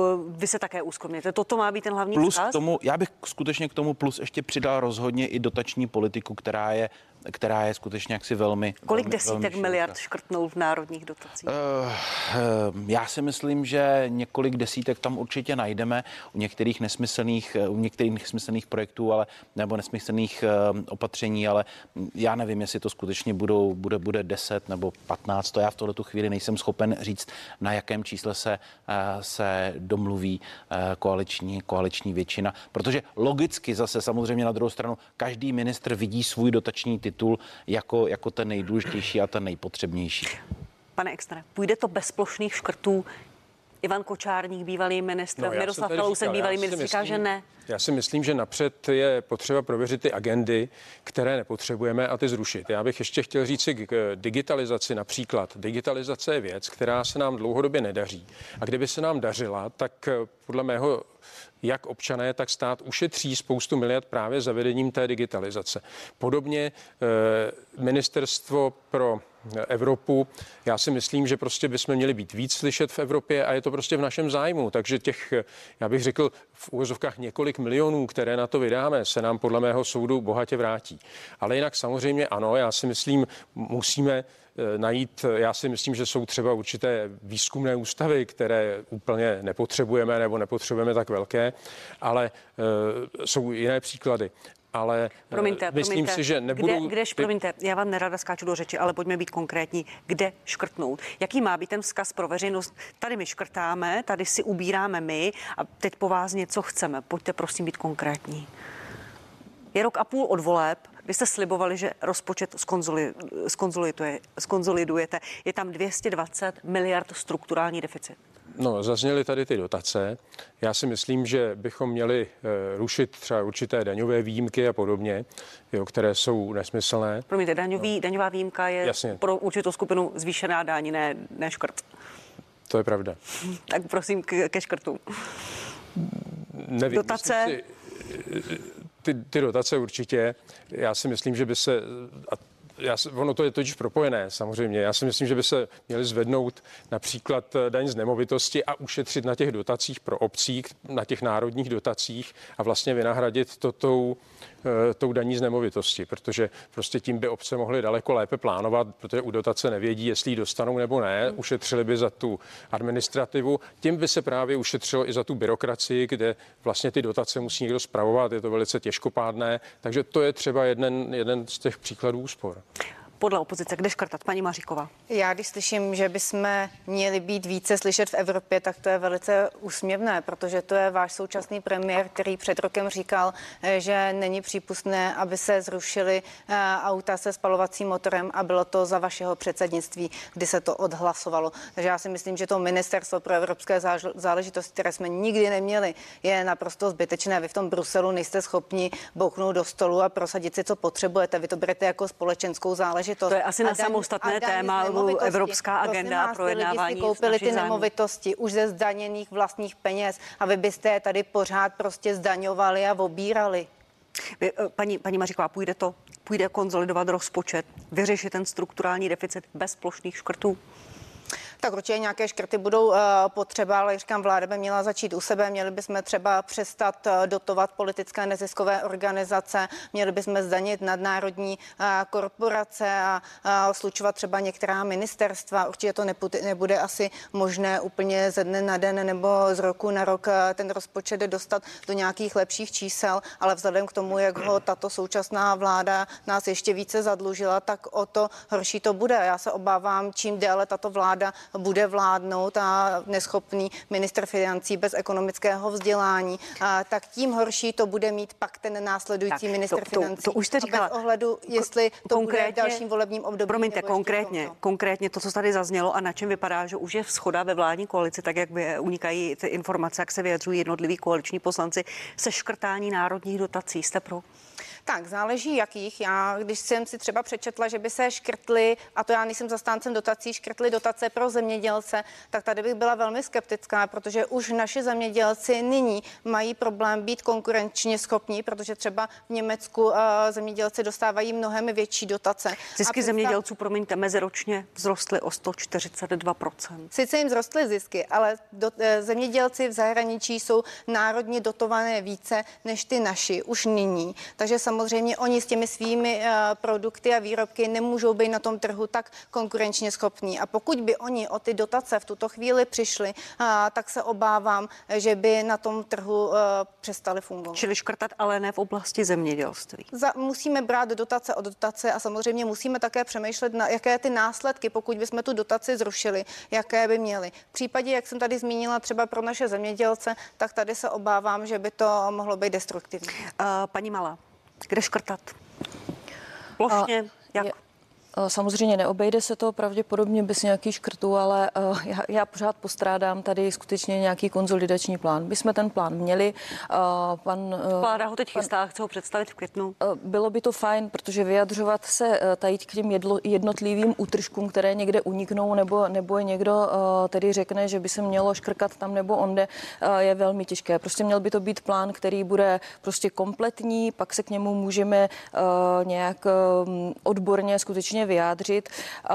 vy se také úzkomněte. Toto má být ten hlavní plus vzkaz? K tomu, já bych skutečně k tomu plus ještě přidal rozhodně i dotační politiku, která je která je skutečně jaksi velmi... Kolik velmi, desítek velmi miliard škrtnout v národních dotacích? Uh, uh, já si myslím, že několik desítek tam určitě najdeme u některých nesmyslných, u některých nesmyslných projektů, ale nebo nesmyslných uh, opatření, ale já nevím, jestli to skutečně budou, bude, bude deset nebo patnáct. To já v tuhletu chvíli nejsem schopen říct, na jakém čísle se, uh, se domluví uh, koaliční, koaliční většina. Protože logicky zase samozřejmě na druhou stranu každý ministr vidí svůj dotační titul jako, jako ten nejdůležitější a ten nejpotřebnější. Pane Exnere, půjde to bez plošných škrtů? Ivan Kočárník, bývalý ministr, no, Miroslav Kalousek, bývalý ministr, říká, že ne. Já si myslím, že napřed je potřeba prověřit ty agendy, které nepotřebujeme, a ty zrušit. Já bych ještě chtěl říct si k digitalizaci například. Digitalizace je věc, která se nám dlouhodobě nedaří. A kdyby se nám dařila, tak podle mého jak občané, tak stát ušetří spoustu miliard právě zavedením té digitalizace. Podobně eh, ministerstvo pro Evropu. Já si myslím, že prostě bychom měli být víc slyšet v Evropě a je to prostě v našem zájmu. Takže těch, já bych řekl, v úvozovkách několik milionů, které na to vydáme, se nám podle mého soudu bohatě vrátí. Ale jinak samozřejmě ano, já si myslím, musíme najít, já si myslím, že jsou třeba určité výzkumné ústavy, které úplně nepotřebujeme nebo nepotřebujeme tak velké, ale uh, jsou jiné příklady. Ale promiňte, myslím promiňte. si, že nebudu... Kde, kdež, promiňte, já vám nerada skáču do řeči, ale pojďme být konkrétní. Kde škrtnout? Jaký má být ten vzkaz pro veřejnost? Tady my škrtáme, tady si ubíráme my a teď po vás něco chceme. Pojďte prosím být konkrétní. Je rok a půl od voleb. Vy jste slibovali, že rozpočet skonzoliduje, skonzolidujete. Je tam dvě stě dvacet miliard strukturální deficit. No, zazněly tady ty dotace. Já si myslím, že bychom měli e, rušit třeba určité daňové výjimky a podobně, jo, které jsou nesmyslné. Promiňte, daňový, no. daňová výjimka je Jasně. pro určitou skupinu zvýšená daň, ne, ne škrt. To je pravda. Tak prosím k, ke škrtu. Nevím, dotace? Si, ty, ty dotace určitě. Já si myslím, že by se... A Já, ono to je totiž propojené, samozřejmě. Já si myslím, že by se měli zvednout například daň z nemovitosti a ušetřit na těch dotacích pro obcí, na těch národních dotacích a vlastně vynahradit to tou, tou daní z nemovitosti, protože prostě tím by obce mohly daleko lépe plánovat, protože u dotace nevědí, jestli ji dostanou nebo ne, ušetřili by za tu administrativu, tím by se právě ušetřilo i za tu byrokracii, kde vlastně ty dotace musí někdo spravovat, je to velice těžkopádné, takže to je třeba jeden, jeden z těch příkladů úspor. Podle opozice, kde škrtat? Paní Maříková. Já když slyším, že bychom měli být více slyšet v Evropě, tak to je velice úsměvné, protože to je váš současný premiér, který před rokem říkal, že není přípustné, aby se zrušily auta se spalovacím motorem a bylo to za vašeho předsednictví, kdy se to odhlasovalo. Takže já si myslím, že to ministerstvo pro evropské záležitosti, které jsme nikdy neměli, je naprosto zbytečné. Vy v tom Bruselu nejste schopni bouchnout do stolu a prosadit si, co potřebujete. Vy to berete jako společenskou záležitost. To je asi na samostatné téma, evropská agenda projednávání. Lidi si koupili ty nemovitosti už ze zdaněných vlastních peněz a vy byste je tady pořád prostě zdaňovali a obírali. Vy, paní, paní Maříková, půjde to? Půjde konsolidovat rozpočet, vyřešit ten strukturální deficit bez plošných škrtů? Tak určitě nějaké škrty budou uh, potřeba, ale říkám, vláda by měla začít u sebe. Měli bychom třeba přestat uh, dotovat politické neziskové organizace, měli bychom zdanit nadnárodní uh, korporace a uh, slučovat třeba některá ministerstva. Určitě to nebude, nebude asi možné úplně ze dne na den nebo z roku na rok uh, ten rozpočet dostat do nějakých lepších čísel, ale vzhledem k tomu, jak ho tato současná vláda nás ještě více zadlužila, tak o to horší to bude. Já se obávám, čím déle tato vláda bude vládnout a neschopný ministr financí bez ekonomického vzdělání, a tak tím horší to bude mít pak ten následující tak, ministr to, to, financí. To už jste říkala. Bez ohledu, jestli to bude v dalším volebním období. Promiňte, konkrétně, konkrétně to, co tady zaznělo a na čem vypadá, že už je shoda ve vládní koalici, tak jak unikají ty informace, jak se vyjadřují jednotliví koaliční poslanci, se škrtání národních dotací. Jste pro? Tak, záleží jakých. Já, když jsem si třeba přečetla, že by se škrtly, a to já nejsem zastáncem dotací, škrtly dotace pro zemědělce, tak tady bych byla velmi skeptická, protože už naši zemědělci nyní mají problém být konkurenčně schopní, protože třeba v Německu uh, zemědělci dostávají mnohem větší dotace. Zisky představ... zemědělců, promiňte, meziročně vzrostly o sto čtyřicet dva procent. Sice jim vzrostly zisky, ale do, uh, zemědělci v zahraničí jsou národně dotované více než ty naši už nyní. Takže samozřejmě oni s těmi svými uh, produkty a výrobky nemůžou být na tom trhu tak konkurenčně schopní. A pokud by oni o ty dotace v tuto chvíli přišli, uh, tak se obávám, že by na tom trhu uh, přestali fungovat. Čili škrtat, ale ne v oblasti zemědělství. Za, musíme brát dotace od dotace a samozřejmě musíme také přemýšlet, na jaké ty následky, pokud bychom tu dotaci zrušili, jaké by měly. V případě, jak jsem tady zmínila, třeba pro naše zemědělce, tak tady se obávám, že by to mohlo být destruktivní. Uh, paní Malá, kde škrtat? Plošně, uh, jak? Je... Samozřejmě neobejde se to pravděpodobně bez nějakých škrtů, ale uh, já, já pořád postrádám tady skutečně nějaký konzolidační plán. My jsme ten plán měli. Uh, pan, uh, Vláda ho teď chystá, chce ho představit v květnu. Uh, bylo by to fajn, protože vyjadřovat se uh, tady k těm jedlo, jednotlivým útržkům, které někde uniknou, nebo, nebo někdo uh, tedy řekne, že by se mělo škrkat tam nebo onde, uh, je velmi těžké. Prostě měl by to být plán, který bude prostě kompletní, pak se k němu můžeme uh, nějak uh, odborně skutečně vyjádřit.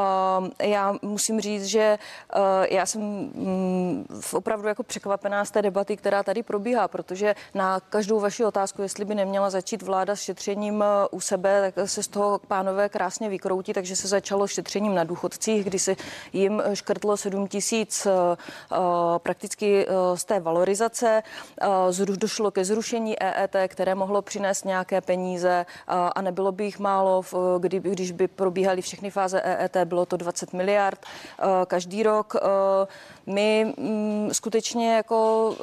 Já musím říct, že já jsem opravdu jako překvapená z té debaty, která tady probíhá, protože na každou vaši otázku, jestli by neměla začít vláda s šetřením u sebe, tak se z toho pánové krásně vykroutí, takže se začalo šetřením na důchodcích, kdy se jim škrtlo sedm tisíc prakticky z té valorizace. Došlo ke zrušení E E T, které mohlo přinést nějaké peníze a nebylo by jich málo, kdy, když by probíhaly všechny fáze E E T, bylo to dvacet miliard každý rok. My skutečně jako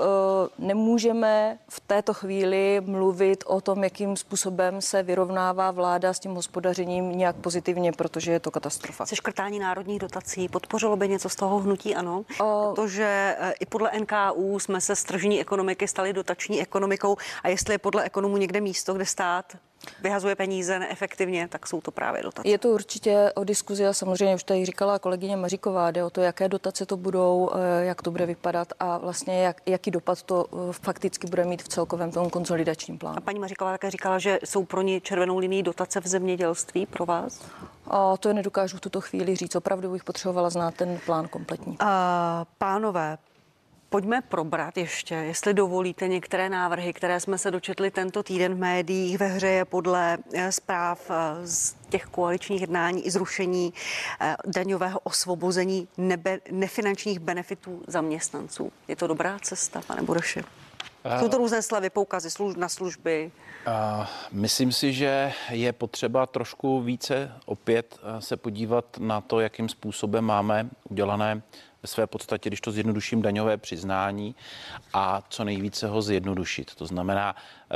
nemůžeme v této chvíli mluvit o tom, jakým způsobem se vyrovnává vláda s tím hospodařením nějak pozitivně, protože je to katastrofa. Seškrtání národních dotací podpořilo by něco z toho hnutí, ano? O... Protože i podle N K U jsme se z tržní ekonomiky stali dotační ekonomikou a jestli je podle ekonomů někde místo, kde stát vyhazuje peníze neefektivně, tak jsou to právě dotace. Je to určitě o diskuzi a samozřejmě už tady říkala kolegyně Maříková, jde o to, jaké dotace to budou, jak to bude vypadat a vlastně jak, jaký dopad to fakticky bude mít v celkovém tom konsolidačním plánu. A paní Maříková také říkala, že jsou pro ní červenou linií dotace v zemědělství pro vás? A to nedokážu v tuto chvíli říct. Opravdu bych potřebovala znát ten plán kompletní. A, pánové, pojďme probrat ještě, jestli dovolíte, některé návrhy, které jsme se dočetli tento týden v médiích. Ve hře je podle zpráv z těch koaličních jednání i zrušení daňového osvobození nebe, nefinančních benefitů zaměstnanců. Je to dobrá cesta, pane Bureši? Jsou to různé slevy, poukazy na služby? Uh, myslím si, že je potřeba trošku více opět se podívat na to, jakým způsobem máme udělané ve své podstatě, když to zjednoduším, daňové přiznání a co nejvíce ho zjednodušit. To znamená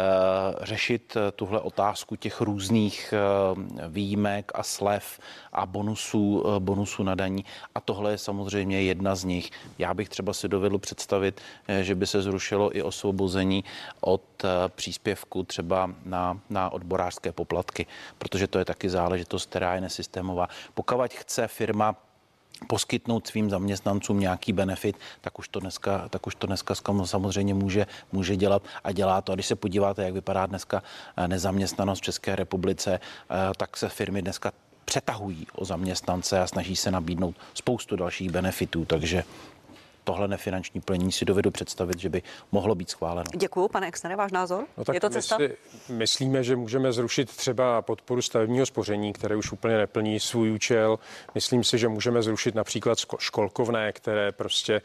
uh, řešit tuhle otázku těch různých uh, výjimek a slev a bonusů, uh, bonusů na daní. A tohle je samozřejmě jedna z nich. Já bych třeba si dovedl představit, uh, že by se zrušilo i osvobození od uh, příspěvku třeba na, na odborářské poplatky, protože to je taky záležitost, která je nesystémová. Pokud chce firma poskytnout svým zaměstnancům nějaký benefit, tak už to dneska, tak už to dneska samozřejmě může, může dělat a dělá to. A když se podíváte, jak vypadá dneska nezaměstnanost v České republice, tak se firmy dneska přetahují o zaměstnance a snaží se nabídnout spoustu dalších benefitů, takže tohle nefinanční plnění si dovedu představit, že by mohlo být schváleno. Děkuju, pane Exnere, váš názor? No tak je to cesta? My si myslíme, že můžeme zrušit třeba podporu stavebního spoření, které už úplně neplní svůj účel. Myslím si, že můžeme zrušit například školkovné, které prostě e,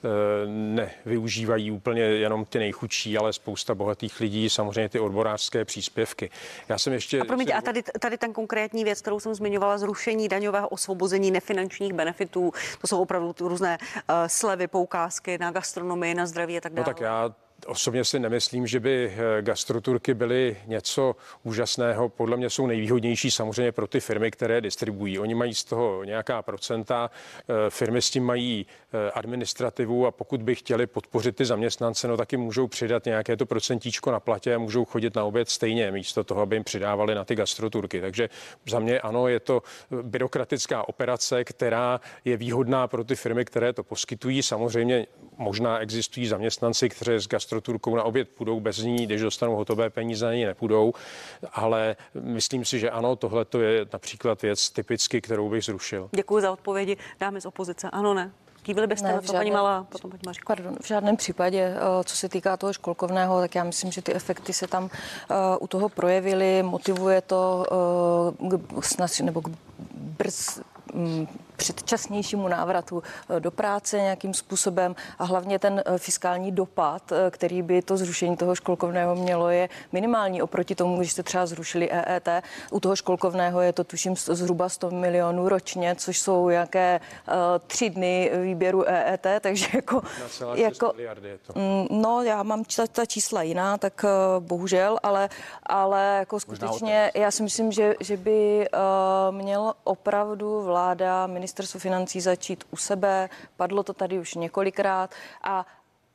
nevyužívají úplně jenom ty nejchudší, ale spousta bohatých lidí, samozřejmě ty odborářské příspěvky. Já jsem ještě... A promiňte, a tady, tady ten konkrétní věc, kterou jsem zmiňovala, zrušení daňového osvobození nefinančních benefitů, to jsou opravdu různé uh, slevy, poukázky na gastronomii, na zdraví a tak dále. No tak já osobně si nemyslím, že by gastroturky byly něco úžasného. Podle mě jsou nejvýhodnější samozřejmě pro ty firmy, které distribuují. Oni mají z toho nějaká procenta, firmy s tím mají administrativu a pokud by chtěli podpořit ty zaměstnance, no taky můžou přidat nějaké to procentíčko na platě a můžou chodit na oběd stejně, místo toho, aby jim přidávali na ty gastroturky. Takže za mě ano, je to byrokratická operace, která je výhodná pro ty firmy, které to poskytují. Samozřejmě možná existují zaměstnanci, kteří s gastroturkou na oběd půjdou bez ní, když dostanou hotové peníze, na ní nepůjdou, ale myslím si, že ano, tohle to je například věc typicky, kterou bych zrušil. Děkuji za odpovědi. Dámy z opozice. Ano, ne. Kývili byste ne, na to, žádném, paní Malá, potom paní Maříková. Pardon, v žádném případě, co se týká toho školkovného, tak já myslím, že ty efekty se tam uh, u toho projevily, motivuje to uh, k, snad, nebo k brz um, předčasnějšímu návratu do práce nějakým způsobem a hlavně ten fiskální dopad, který by to zrušení toho školkovného mělo, je minimální oproti tomu, když jste třeba zrušili E E T. U toho školkovného je to tuším zhruba sto milionů ročně, což jsou jaké uh, tři dny výběru E E T, takže jako... jako miliardy je to. No, já mám ta, ta čísla jiná, tak uh, bohužel, ale, ale jako skutečně já si myslím, že, že by uh, měl opravdu vláda, ministerstvo financí začít u sebe, padlo to tady už několikrát a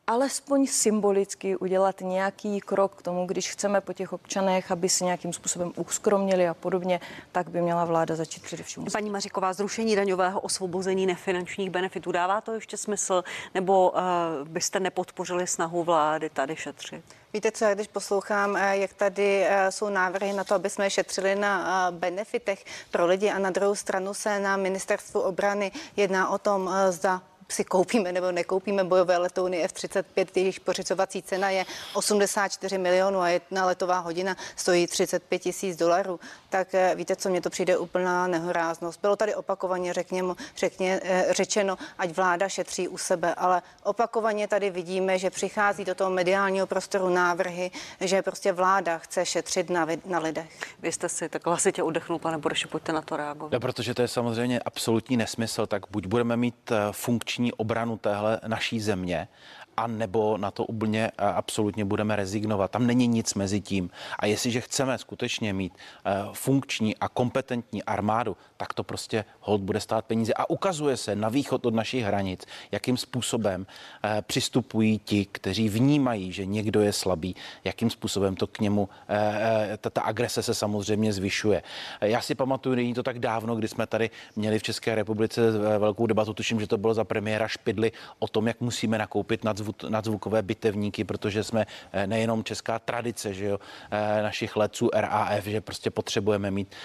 alespoň symbolicky udělat nějaký krok k tomu, když chceme po těch občanech, aby se nějakým způsobem uskromnili a podobně, tak by měla vláda začít především. Paní Maříková, zrušení daňového osvobození nefinančních benefitů, dává to ještě smysl, nebo uh, byste nepodpořili snahu vlády tady šetřit? Víte co, já když poslouchám, jak tady jsou návrhy na to, aby jsme šetřili na benefitech pro lidi a na druhou stranu se na ministerstvu obrany jedná o tom, zda si koupíme nebo nekoupíme bojové letouny F třicet pět, jejichž pořizovací cena je osmdesát čtyři milionů a jedna letová hodina stojí třicet pět tisíc dolarů, tak víte co, mně to přijde úplná nehoráznost. Bylo tady opakovaně řekněme, řekně, řečeno, ať vláda šetří u sebe, ale opakovaně tady vidíme, že přichází do toho mediálního prostoru návrhy, že prostě vláda chce šetřit na, na lidech. Vy jste si tak hlasitě udechnul, pane Bureši, pojďte na to reagovat. No, protože to je samozřejmě absolutní nesmysl, tak buď budeme mít funkční obranu téhle naší země, a nebo na to úplně absolutně budeme rezignovat. Tam není nic mezi tím. A jestliže chceme skutečně mít funkční a kompetentní armádu, tak to prostě holt bude stát peníze. A ukazuje se na východ od našich hranic, jakým způsobem přistupují ti, kteří vnímají, že někdo je slabý, jakým způsobem to k němu, ta, ta agrese se samozřejmě zvyšuje. Já si pamatuju, není to tak dávno, kdy jsme tady měli v České republice velkou debatu, tuším, že to bylo za premiéra Špidly, o tom, jak musíme nakoupit nadzvuk nadzvukové bitevníky, protože jsme nejenom česká tradice, že jo, našich letců R A F, že prostě potřebujeme mít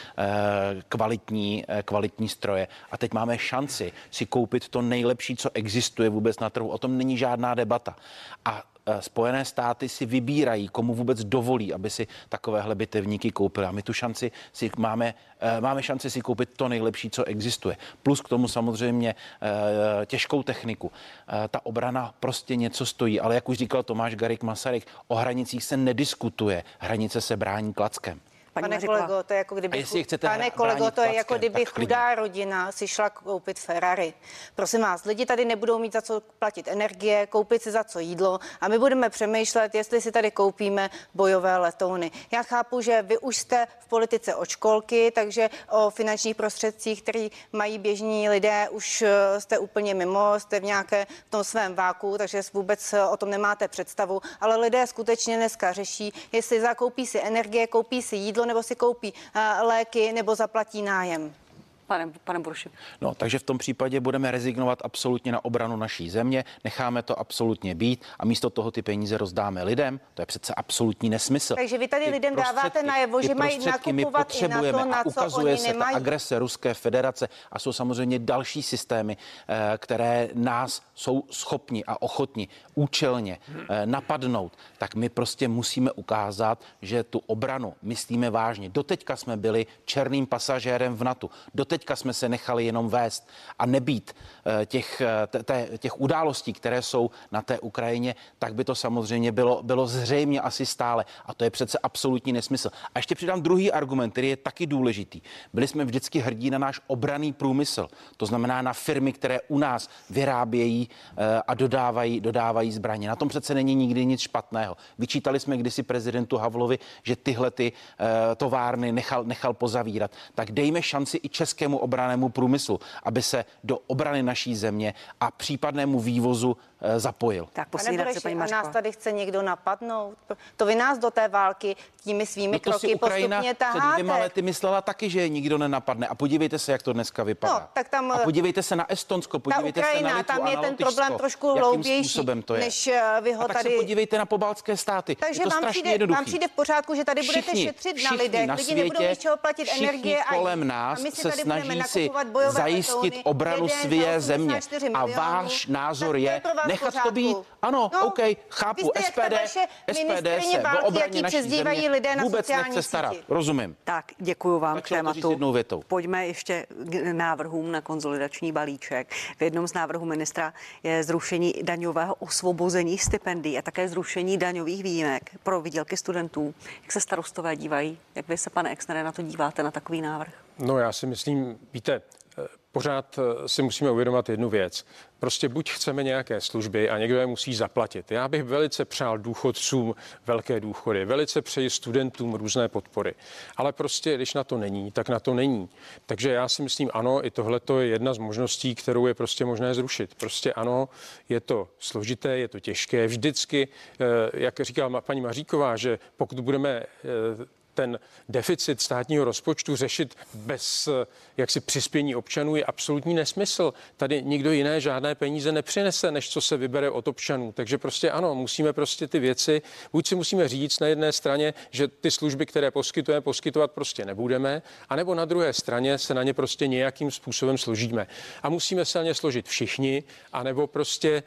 kvalitní, kvalitní stroje. A teď máme šanci si koupit to nejlepší, co existuje vůbec na trhu. O tom není žádná debata. A Spojené státy si vybírají, komu vůbec dovolí, aby si takovéhle bitevníky koupili. A my tu šanci si máme, máme šanci si koupit to nejlepší, co existuje. Plus k tomu samozřejmě těžkou techniku. Ta obrana prostě něco stojí, ale jak už říkal Tomáš Garrigue Masaryk, o hranicích se nediskutuje. Hranice se brání klackem. Pane kolego, to je jako kdyby, pane kolego, to je jako kdyby chudá rodina si šla koupit Ferrari. Prosím vás, lidi tady nebudou mít za co platit energie, koupit si za co jídlo a my budeme přemýšlet, jestli si tady koupíme bojové letouny. Já chápu, že vy už jste v politice od školky, takže o finančních prostředcích, který mají běžní lidé, už jste úplně mimo, jste v nějaké v tom svém váku, takže vůbec o tom nemáte představu, ale lidé skutečně dneska řeší, jestli zakoupí si energie, koupí si jídlo, nebo si koupí uh, léky, nebo zaplatí nájem. Pane, pane Bureši. No, takže v tom případě budeme rezignovat absolutně na obranu naší země, necháme to absolutně být a místo toho ty peníze rozdáme lidem. To je přece absolutní nesmysl. Takže vy tady ty lidem dáváte najevo, že mají nakupovat i na to, na a co ukazuje oni se nemají. Ta agrese Ruské federace a jsou samozřejmě další systémy, které nás jsou schopni a ochotni účelně napadnout. Tak my prostě musíme ukázat, že tu obranu myslíme vážně. Doteďka jsme byli černým pasažérem v NATO. Doteď Teďka jsme se nechali jenom vést a nebýt těch, těch událostí, které jsou na té Ukrajině, tak by to samozřejmě bylo, bylo zřejmě asi stále. A to je přece absolutní nesmysl. A ještě přidám druhý argument, který je taky důležitý. Byli jsme vždycky hrdí na náš obranný průmysl. To znamená na firmy, které u nás vyrábějí a dodávají, dodávají zbraně. Na tom přece není nikdy nic špatného. Vyčítali jsme kdysi prezidentu Havlovi, že tyhle ty továrny nechal, nechal pozavírat. Tak dejme šanci i českému obrannému průmyslu, aby se do obrany naší země a případnému vývozu e, zapojil. Tak, pane Bureši, a nás tady chce někdo napadnout? To vy nás do té války těmi svými no to kroky si Ukrajina postupně taháte. Před dvěma lety myslela taky, že je nikdo nenapadne. A podívejte se, jak to dneska vypadá. No, tak tam, a podívejte se na Estonsko, podívejte Ukrajina, se na Litvu tam je a na ten Lotyšsko, problém trošku hloubější, než vy ho a tak tady... se podívejte na pobaltské státy. Takže je to vám strašně přijde, jednoduchý. vám přijde v pořádku, že tady budete všichni, šetřit všichni na lidech. Na Lidi světě, nebudou mít čeho platit energie a kolem nás a my si se tady snaží si bojové zajistit letouny, obranu své země. A váš názor je nechat to být. Ano, no, OK, chápu, S P D, S P D se o obraně naší země lidé na vůbec nechce starat. Rozumím. Tak, děkuji vám Tak k tématu. jednou větou. Pojďme ještě k návrhům na konsolidační balíček. V jednom z návrhů ministra je zrušení daňového osvobození stipendií a také zrušení daňových výjimek pro výdělky studentů. Jak se starostové dívají? Jak vy se, pane Exnere, na to díváte, na takový návrh? No, já si myslím, víte, pořád si musíme uvědomit jednu věc. Prostě buď chceme nějaké služby a někdo je musí zaplatit. Já bych velice přál důchodcům velké důchody, velice přeji studentům různé podpory. Ale prostě, když na to není, tak na to není. Takže já si myslím, ano, i tohle je jedna z možností, kterou je prostě možné zrušit. Prostě ano, je to složité, je to těžké. Vždycky, jak říkala paní Maříková, že pokud budeme ten deficit státního rozpočtu řešit bez jaksi přispění občanů je absolutní nesmysl. Tady nikdo jiné žádné peníze nepřinese, než co se vybere od občanů. Takže prostě ano, musíme prostě ty věci, buď si musíme říct na jedné straně, že ty služby, které poskytujeme, poskytovat prostě nebudeme, anebo na druhé straně se na ně prostě nějakým způsobem složíme. A musíme se na ně složit všichni, anebo prostě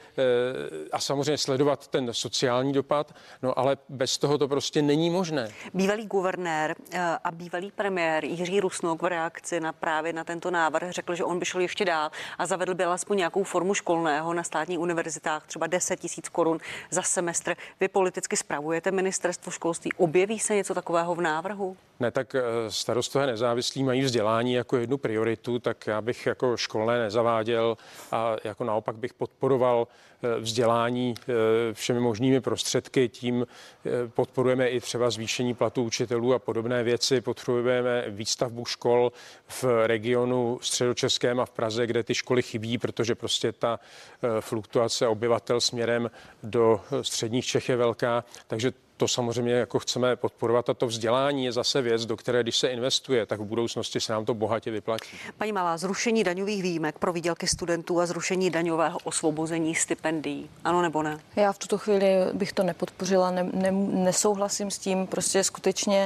a samozřejmě sledovat ten sociální dopad, no ale bez toho to prostě není možné. Bývalý guvernér a bývalý premiér Jiří Rusnok v reakci na právě na tento návrh řekl, že on by šel ještě dál a zavedl by alespoň nějakou formu školného na státních univerzitách, třeba deset tisíc korun za semestr. Vy politicky spravujete ministerstvo školství. Objeví se něco takového v návrhu? Ne, tak starostové nezávislí mají vzdělání jako jednu prioritu, tak já bych jako školné nezaváděl a jako naopak bych podporoval vzdělání všemi možnými prostředky. Tím podporujeme i třeba zvýšení platů učitelů a podobné věci. Podporujeme výstavbu škol v regionu středočeském a v Praze, kde ty školy chybí, protože prostě ta fluktuace obyvatel směrem do středních Čech je velká. Takže to samozřejmě jako chceme podporovat a to vzdělání je zase věc, do které, když se investuje, tak v budoucnosti se nám to bohatě vyplatí. Paní Malá, zrušení daňových výjimek pro výdělky studentů a zrušení daňového osvobození stipendií. Ano nebo ne? Já v tuto chvíli bych to nepodpořila, ne, ne, nesouhlasím s tím, prostě skutečně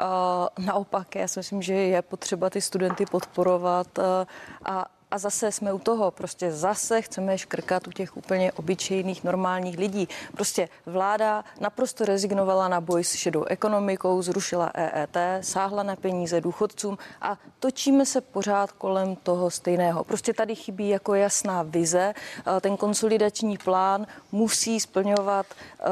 uh, naopak, já si myslím, že je potřeba ty studenty podporovat uh, a A zase jsme u toho, prostě zase chceme škrkat u těch úplně obyčejných normálních lidí. Prostě vláda naprosto rezignovala na boj s šedou ekonomikou, zrušila E E T, sáhla na peníze důchodcům a točíme se pořád kolem toho stejného. Prostě tady chybí jako jasná vize. Ten konsolidační plán musí splňovat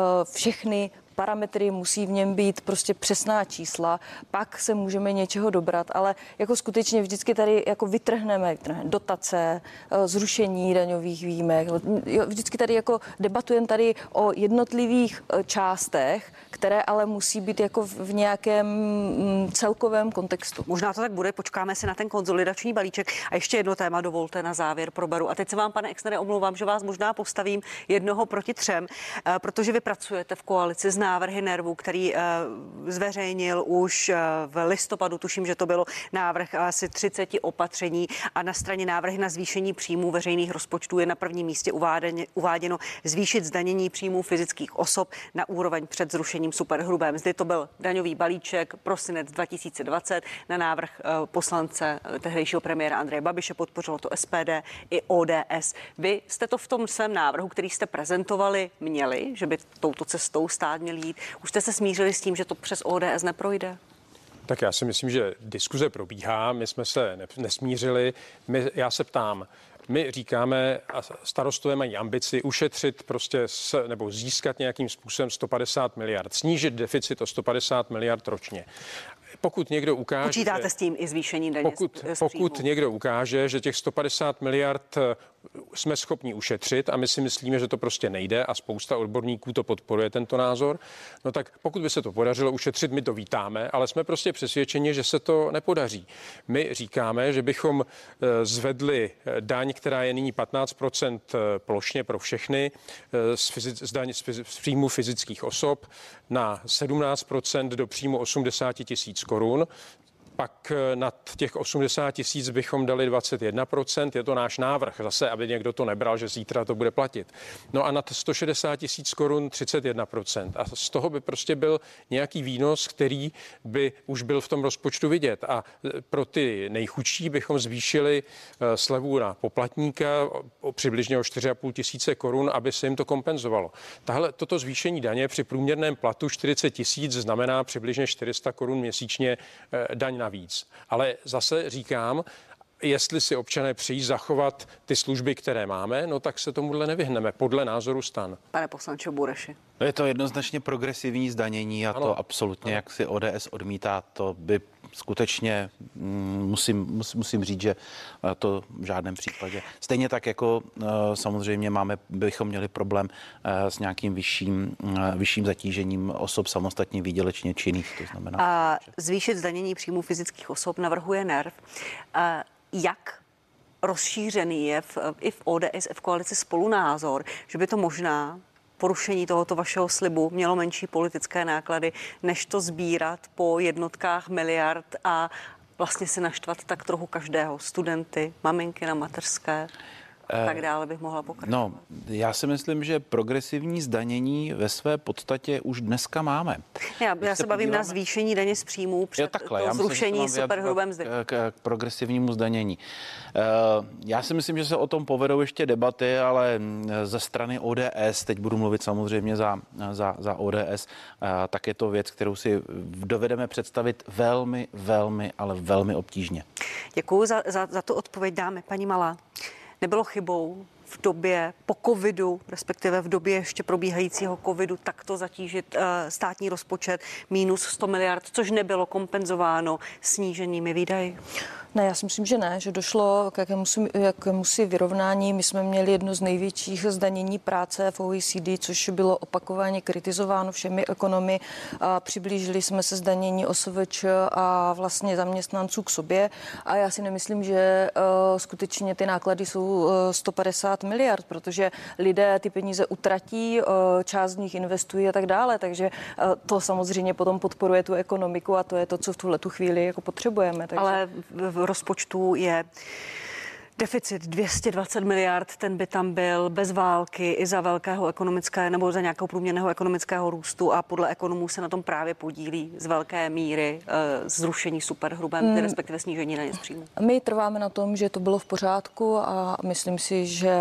všechny parametry, musí v něm být prostě přesná čísla, pak se můžeme něčeho dobrat, ale jako skutečně vždycky tady jako vytrhneme, vytrhneme dotace, zrušení daňových výjimek, vždycky tady jako debatujeme tady o jednotlivých částech, které ale musí být jako v nějakém celkovém kontextu. Možná to tak bude, počkáme si na ten konsolidační balíček. A ještě jedno téma dovolte na závěr proberu. A teď se vám, pane Exnere, omlouvám, že vás možná postavím jednoho proti třem, protože vy pracujete v koalici s návrhy NERVu, který uh, zveřejnil už uh, v listopadu, tuším, že to bylo návrh asi třicet opatření a na straně návrhy na zvýšení příjmů veřejných rozpočtů je na prvním místě uváděno, uváděno zvýšit zdanění příjmů fyzických osob na úroveň před zrušením superhrubé mzdy. To byl daňový balíček prosinec dva tisíce dvacet na návrh uh, poslance uh, tehdejšího premiéra Andreje Babiše, podpořilo to S P D i O D S. Vy jste to v tom svém návrhu, který jste prezentovali, měli, že by touto cestou stát měl jít. Už jste se smířili s tím, že to přes O D S neprojde? Tak já si myslím, že diskuze probíhá, my jsme se ne, nesmířili. My, já se ptám, my říkáme, a starostové mají ambici ušetřit prostě s, nebo získat nějakým způsobem sto padesát miliard, snížit deficit o sto padesát miliard ročně. Pokud někdo ukáže... Počítáte že, s tím i zvýšení daně pokud, z, z pokud někdo ukáže, že těch sto padesát miliard jsme schopni ušetřit a my si myslíme, že to prostě nejde a spousta odborníků to podporuje tento názor, no tak pokud by se to podařilo ušetřit, my to vítáme, ale jsme prostě přesvědčeni, že se to nepodaří. My říkáme, že bychom zvedli daň, která je nyní patnáct procent plošně pro všechny, z, fyzic, z daň z, z příjmu fyzických osob na sedmnáct procent do příjmu osmdesát tisíc korun. Pak nad těch osmdesát tisíc bychom dali dvacet jedna procent, je to náš návrh, zase, aby někdo to nebral, že zítra to bude platit. No a nad sto šedesát tisíc korun třicet jedna procent. A z toho by prostě byl nějaký výnos, který by už byl v tom rozpočtu vidět. A pro ty nejchudší bychom zvýšili slevu na poplatníka o přibližně o čtyři a půl tisíce korun, aby se jim to kompenzovalo. Tahle, toto zvýšení daně při průměrném platu čtyřicet tisíc znamená přibližně čtyři sta korun měsíčně daň na víc. Ale zase říkám, jestli si občané přijí zachovat ty služby, které máme, no tak se tomuhle nevyhneme, podle názoru STAN. Pane poslanče Bureši. No je to jednoznačně progresivní zdanění a ano. To absolutně, ano. Jak si O D S odmítá, to by skutečně musím, musím, musím říct, že to v žádném případě. Stejně tak jako samozřejmě máme, bychom měli problém s nějakým vyšším, vyšším zatížením osob samostatně výdělečně činných. To znamená, a zvýšit zdanění příjmů fyzických osob navrhuje NERV. A jak rozšířený je v, i v O D S, v koalici Spolu názor, že by to možná porušení tohoto vašeho slibu mělo menší politické náklady, než to sbírat po jednotkách miliard a vlastně se naštvat tak trochu každého, studenty, maminky na mateřské, eh, tak dále bych mohla pokračovat. No, já si myslím, že progresivní zdanění ve své podstatě už dneska máme. Já, já se bavím podíváme... na zvýšení daně z příjmů před jo, takhle, to já zrušení superhrubé mzdy. K, k, k progresivnímu zdanění. Já si myslím, že se o tom povedou ještě debaty, ale ze strany O D S, teď budu mluvit samozřejmě za, za, za O D S, tak je to věc, kterou si dovedeme představit velmi, velmi, ale velmi obtížně. Děkuji za, za, za tu odpověď, dámy. Paní Malá, nebylo chybou v době po covidu, respektive v době ještě probíhajícího covidu, takto zatížit uh, státní rozpočet minus sto miliard, což nebylo kompenzováno sníženými výdaji? Ne, já si myslím, že ne, že došlo k jakémusi, jakémusi vyrovnání. My jsme měli jedno z největších zdanění práce v O E C D, což bylo opakovaně kritizováno všemi ekonomy. A přiblížili jsme se zdanění O S V Č a vlastně zaměstnanců k sobě. A já si nemyslím, že uh, skutečně ty náklady jsou uh, sto padesát miliard, protože lidé ty peníze utratí, uh, část z nich investují a tak dále. Takže uh, to samozřejmě potom podporuje tu ekonomiku a to je to, co v tuhle tu chvíli jako potřebujeme. Takže... Ale v rozpočtu je deficit dvě stě dvacet miliard, ten by tam byl bez války i za velkého ekonomického nebo za nějakého průměrného ekonomického růstu a podle ekonomů se na tom právě podílí z velké míry e, zrušení superhrubé mzdy, mm. respektive snížení daně z příjmu. My trváme na tom, že to bylo v pořádku a myslím si, že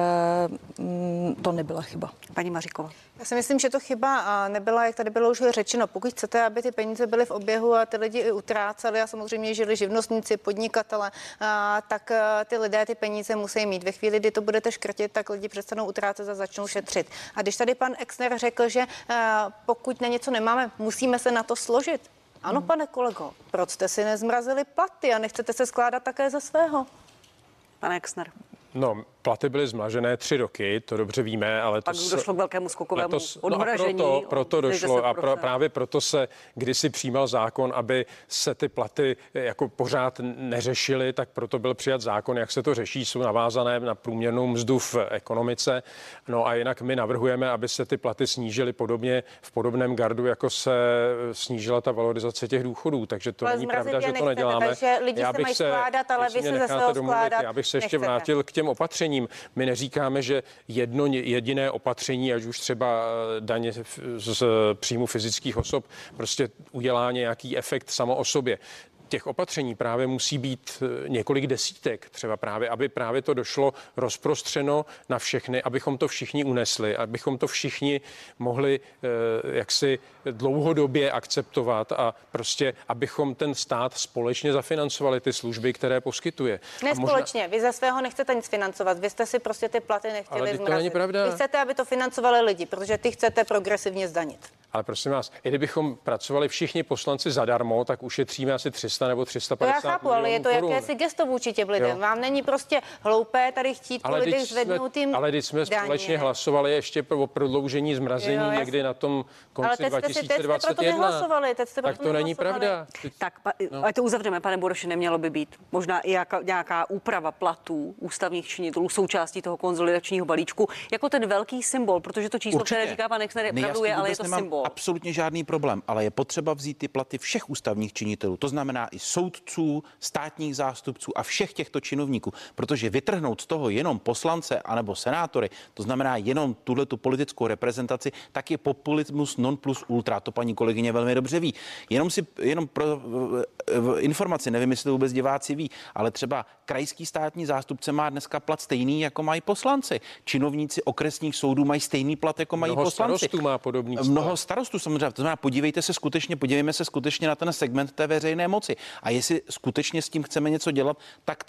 mm, to nebyla chyba. Paní Maříková. Já si myslím, že to chyba nebyla, jak tady bylo už řečeno. Pokud chcete, aby ty peníze byly v oběhu a ty lidi i utráceli a samozřejmě žili živnostníci, podnikatele, tak ty lidé ty peníze musí mít. Ve chvíli, kdy to budete škrtit, tak lidi přestanou utrácet a začnou šetřit. A když tady pan Exner řekl, že pokud na něco nemáme, musíme se na to složit. Ano, pane kolego, proč jste si nezmrazili platy a nechcete se skládat také ze svého? Pane Exner. No, platy byly zmražené tři roky, to dobře víme, ale pak to došlo k velkému skokovému letos, odmražení. No a proto, proto došlo a pro, právě proto se kdysi přijímal zákon, aby se ty platy jako pořád neřešily, tak proto byl přijat zákon, jak se to řeší, jsou navázané na průměrnou mzdu v ekonomice. No a jinak my navrhujeme, aby se ty platy snížily podobně v podobném gardu, jako se snížila ta valorizace těch důchodů, takže to ale není pravda, že to neděláme. Takže lidi já se mají skládat, ale vy se ze svého skládat Já bych se ještě nechcete. vrátil k těm opatřením. My neříkáme, že jedno jediné opatření, ať už třeba daně z příjmu fyzických osob, prostě udělá nějaký efekt samo o sobě. Těch opatření právě musí být několik desítek, třeba právě, aby právě to došlo rozprostřeno na všechny, abychom to všichni unesli, abychom to všichni mohli eh, jaksi dlouhodobě akceptovat a prostě, abychom ten stát společně zafinancovali ty služby, které poskytuje. Ne možná... společně, vy ze svého nechcete nic financovat, vy jste si prostě ty platy nechtěli Ale zmrazit. to není pravda. Vy chcete, aby to financovali lidi, protože ty chcete progresivně zdanit. Ale prosím vás, i kdybychom pracovali všichni poslanci zadarmo, tak ušetříme asi tři sta nebo tři sta padesát. To já chápu, ale je to korun. jakési gesto vůči těm lidem. Jo. Vám není prostě hloupé tady chtít po lidech zvednout jim Ale když jsme daně. společně hlasovali ještě pro prodloužení zmrazení jo, někdy na tom konci dva tisíce dvacet jedna, tak to není pravda. Tak, pa, no. Ale to uzavřeme, pane Boroši, nemělo by být možná i jaka, nějaká úprava platů ústavních činitelů součástí toho konsolidačního balíčku, jako ten velký symbol, protože to číslo, určitě, které říká pan Exner, pravdu je, ale je to symbol. Absolutně žádný problém, ale je potřeba vzít ty platy všech ústavních činitelů, to znamená i soudců, státních zástupců a všech těchto činovníků, protože vytrhnout z toho jenom poslance anebo senátory, to znamená jenom tuhletu politickou reprezentaci, tak je populismus non plus ultra, to paní kolegyně velmi dobře ví. Jenom si, jenom pro informaci, nevím, jestli to vůbec diváci ví, ale třeba krajský státní zástupce má dneska plat stejný, jako mají poslanci. Činovníci okresních soudů mají stejný plat, jako mají Mnoho poslanci. starostů má podobný plat. Mnoho starostů samozřejmě, to znamená, podívejte se skutečně, podívejme se skutečně na ten segment té veřejné moci. A jestli skutečně s tím chceme něco dělat, tak ta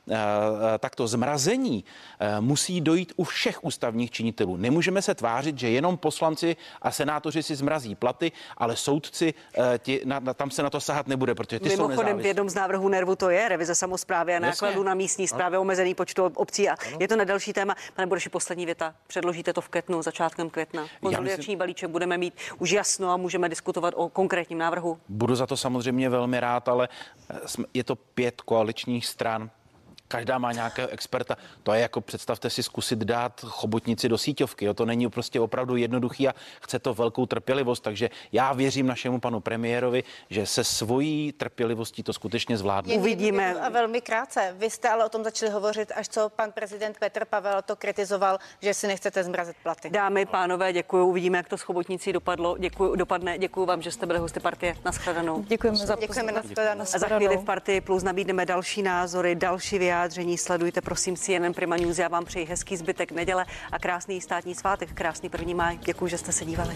takto zmrazení musí dojít u všech ústavních činitelů. Nemůžeme se tvářit, že jenom poslanci a senátoři si zmrazí platy, ale soudci, ti, na, na, tam se na to sahat nebude, protože ty Mimochodem, jsou nezávislí. v jednom z návrhů NERVu to je revize samosprávy a nákladů na místní správě, omezený počtu obcí a ano. Je to na další téma. Pane Bureši, poslední věta. Předložíte to v květnu, začátkem května. Konsolidační myslím... balíček budeme mít už jasno a můžeme diskutovat o konkrétním návrhu. Budu za to samozřejmě velmi rád, ale je to pět koaličních stran. Každá má nějakého experta. To je jako, představte si, zkusit dát chobotnici do síťovky. Jo? To není prostě opravdu jednoduchý a chce to velkou trpělivost. Takže já věřím našemu panu premiérovi, že se svojí trpělivostí to skutečně zvládne. Uvidíme. A velmi krátce. Vy jste ale o tom začali hovořit, až co pan prezident Petr Pavel to kritizoval, že si nechcete zmrazit platy. Dámy, pánové, děkuji. Uvidíme, jak to s chobotnicí dopadlo. Děkuji, dopadne. Děkuji vám, že jste byli hosty Partie. Naschledanou. Děkujeme za Děkujeme na shledanou. A za chvíli v Partii Plus nabídneme další názory, další vyjádření. Sledujte prosím C N N Prima News. Já vám přeji hezký zbytek neděle a krásný státní svátek, krásný první máj. Děkuji, že jste se dívali.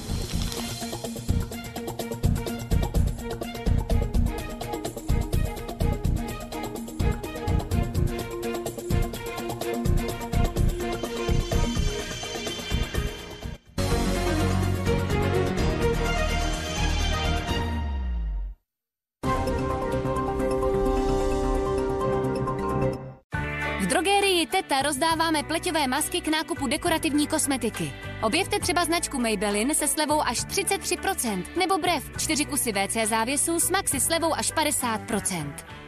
V drogérii Teta rozdáváme pleťové masky k nákupu dekorativní kosmetiky. Objevte třeba značku Maybelline se slevou až třicet tři procent nebo Brev čtyři kusy W C závěsů s maxi slevou až padesát procent.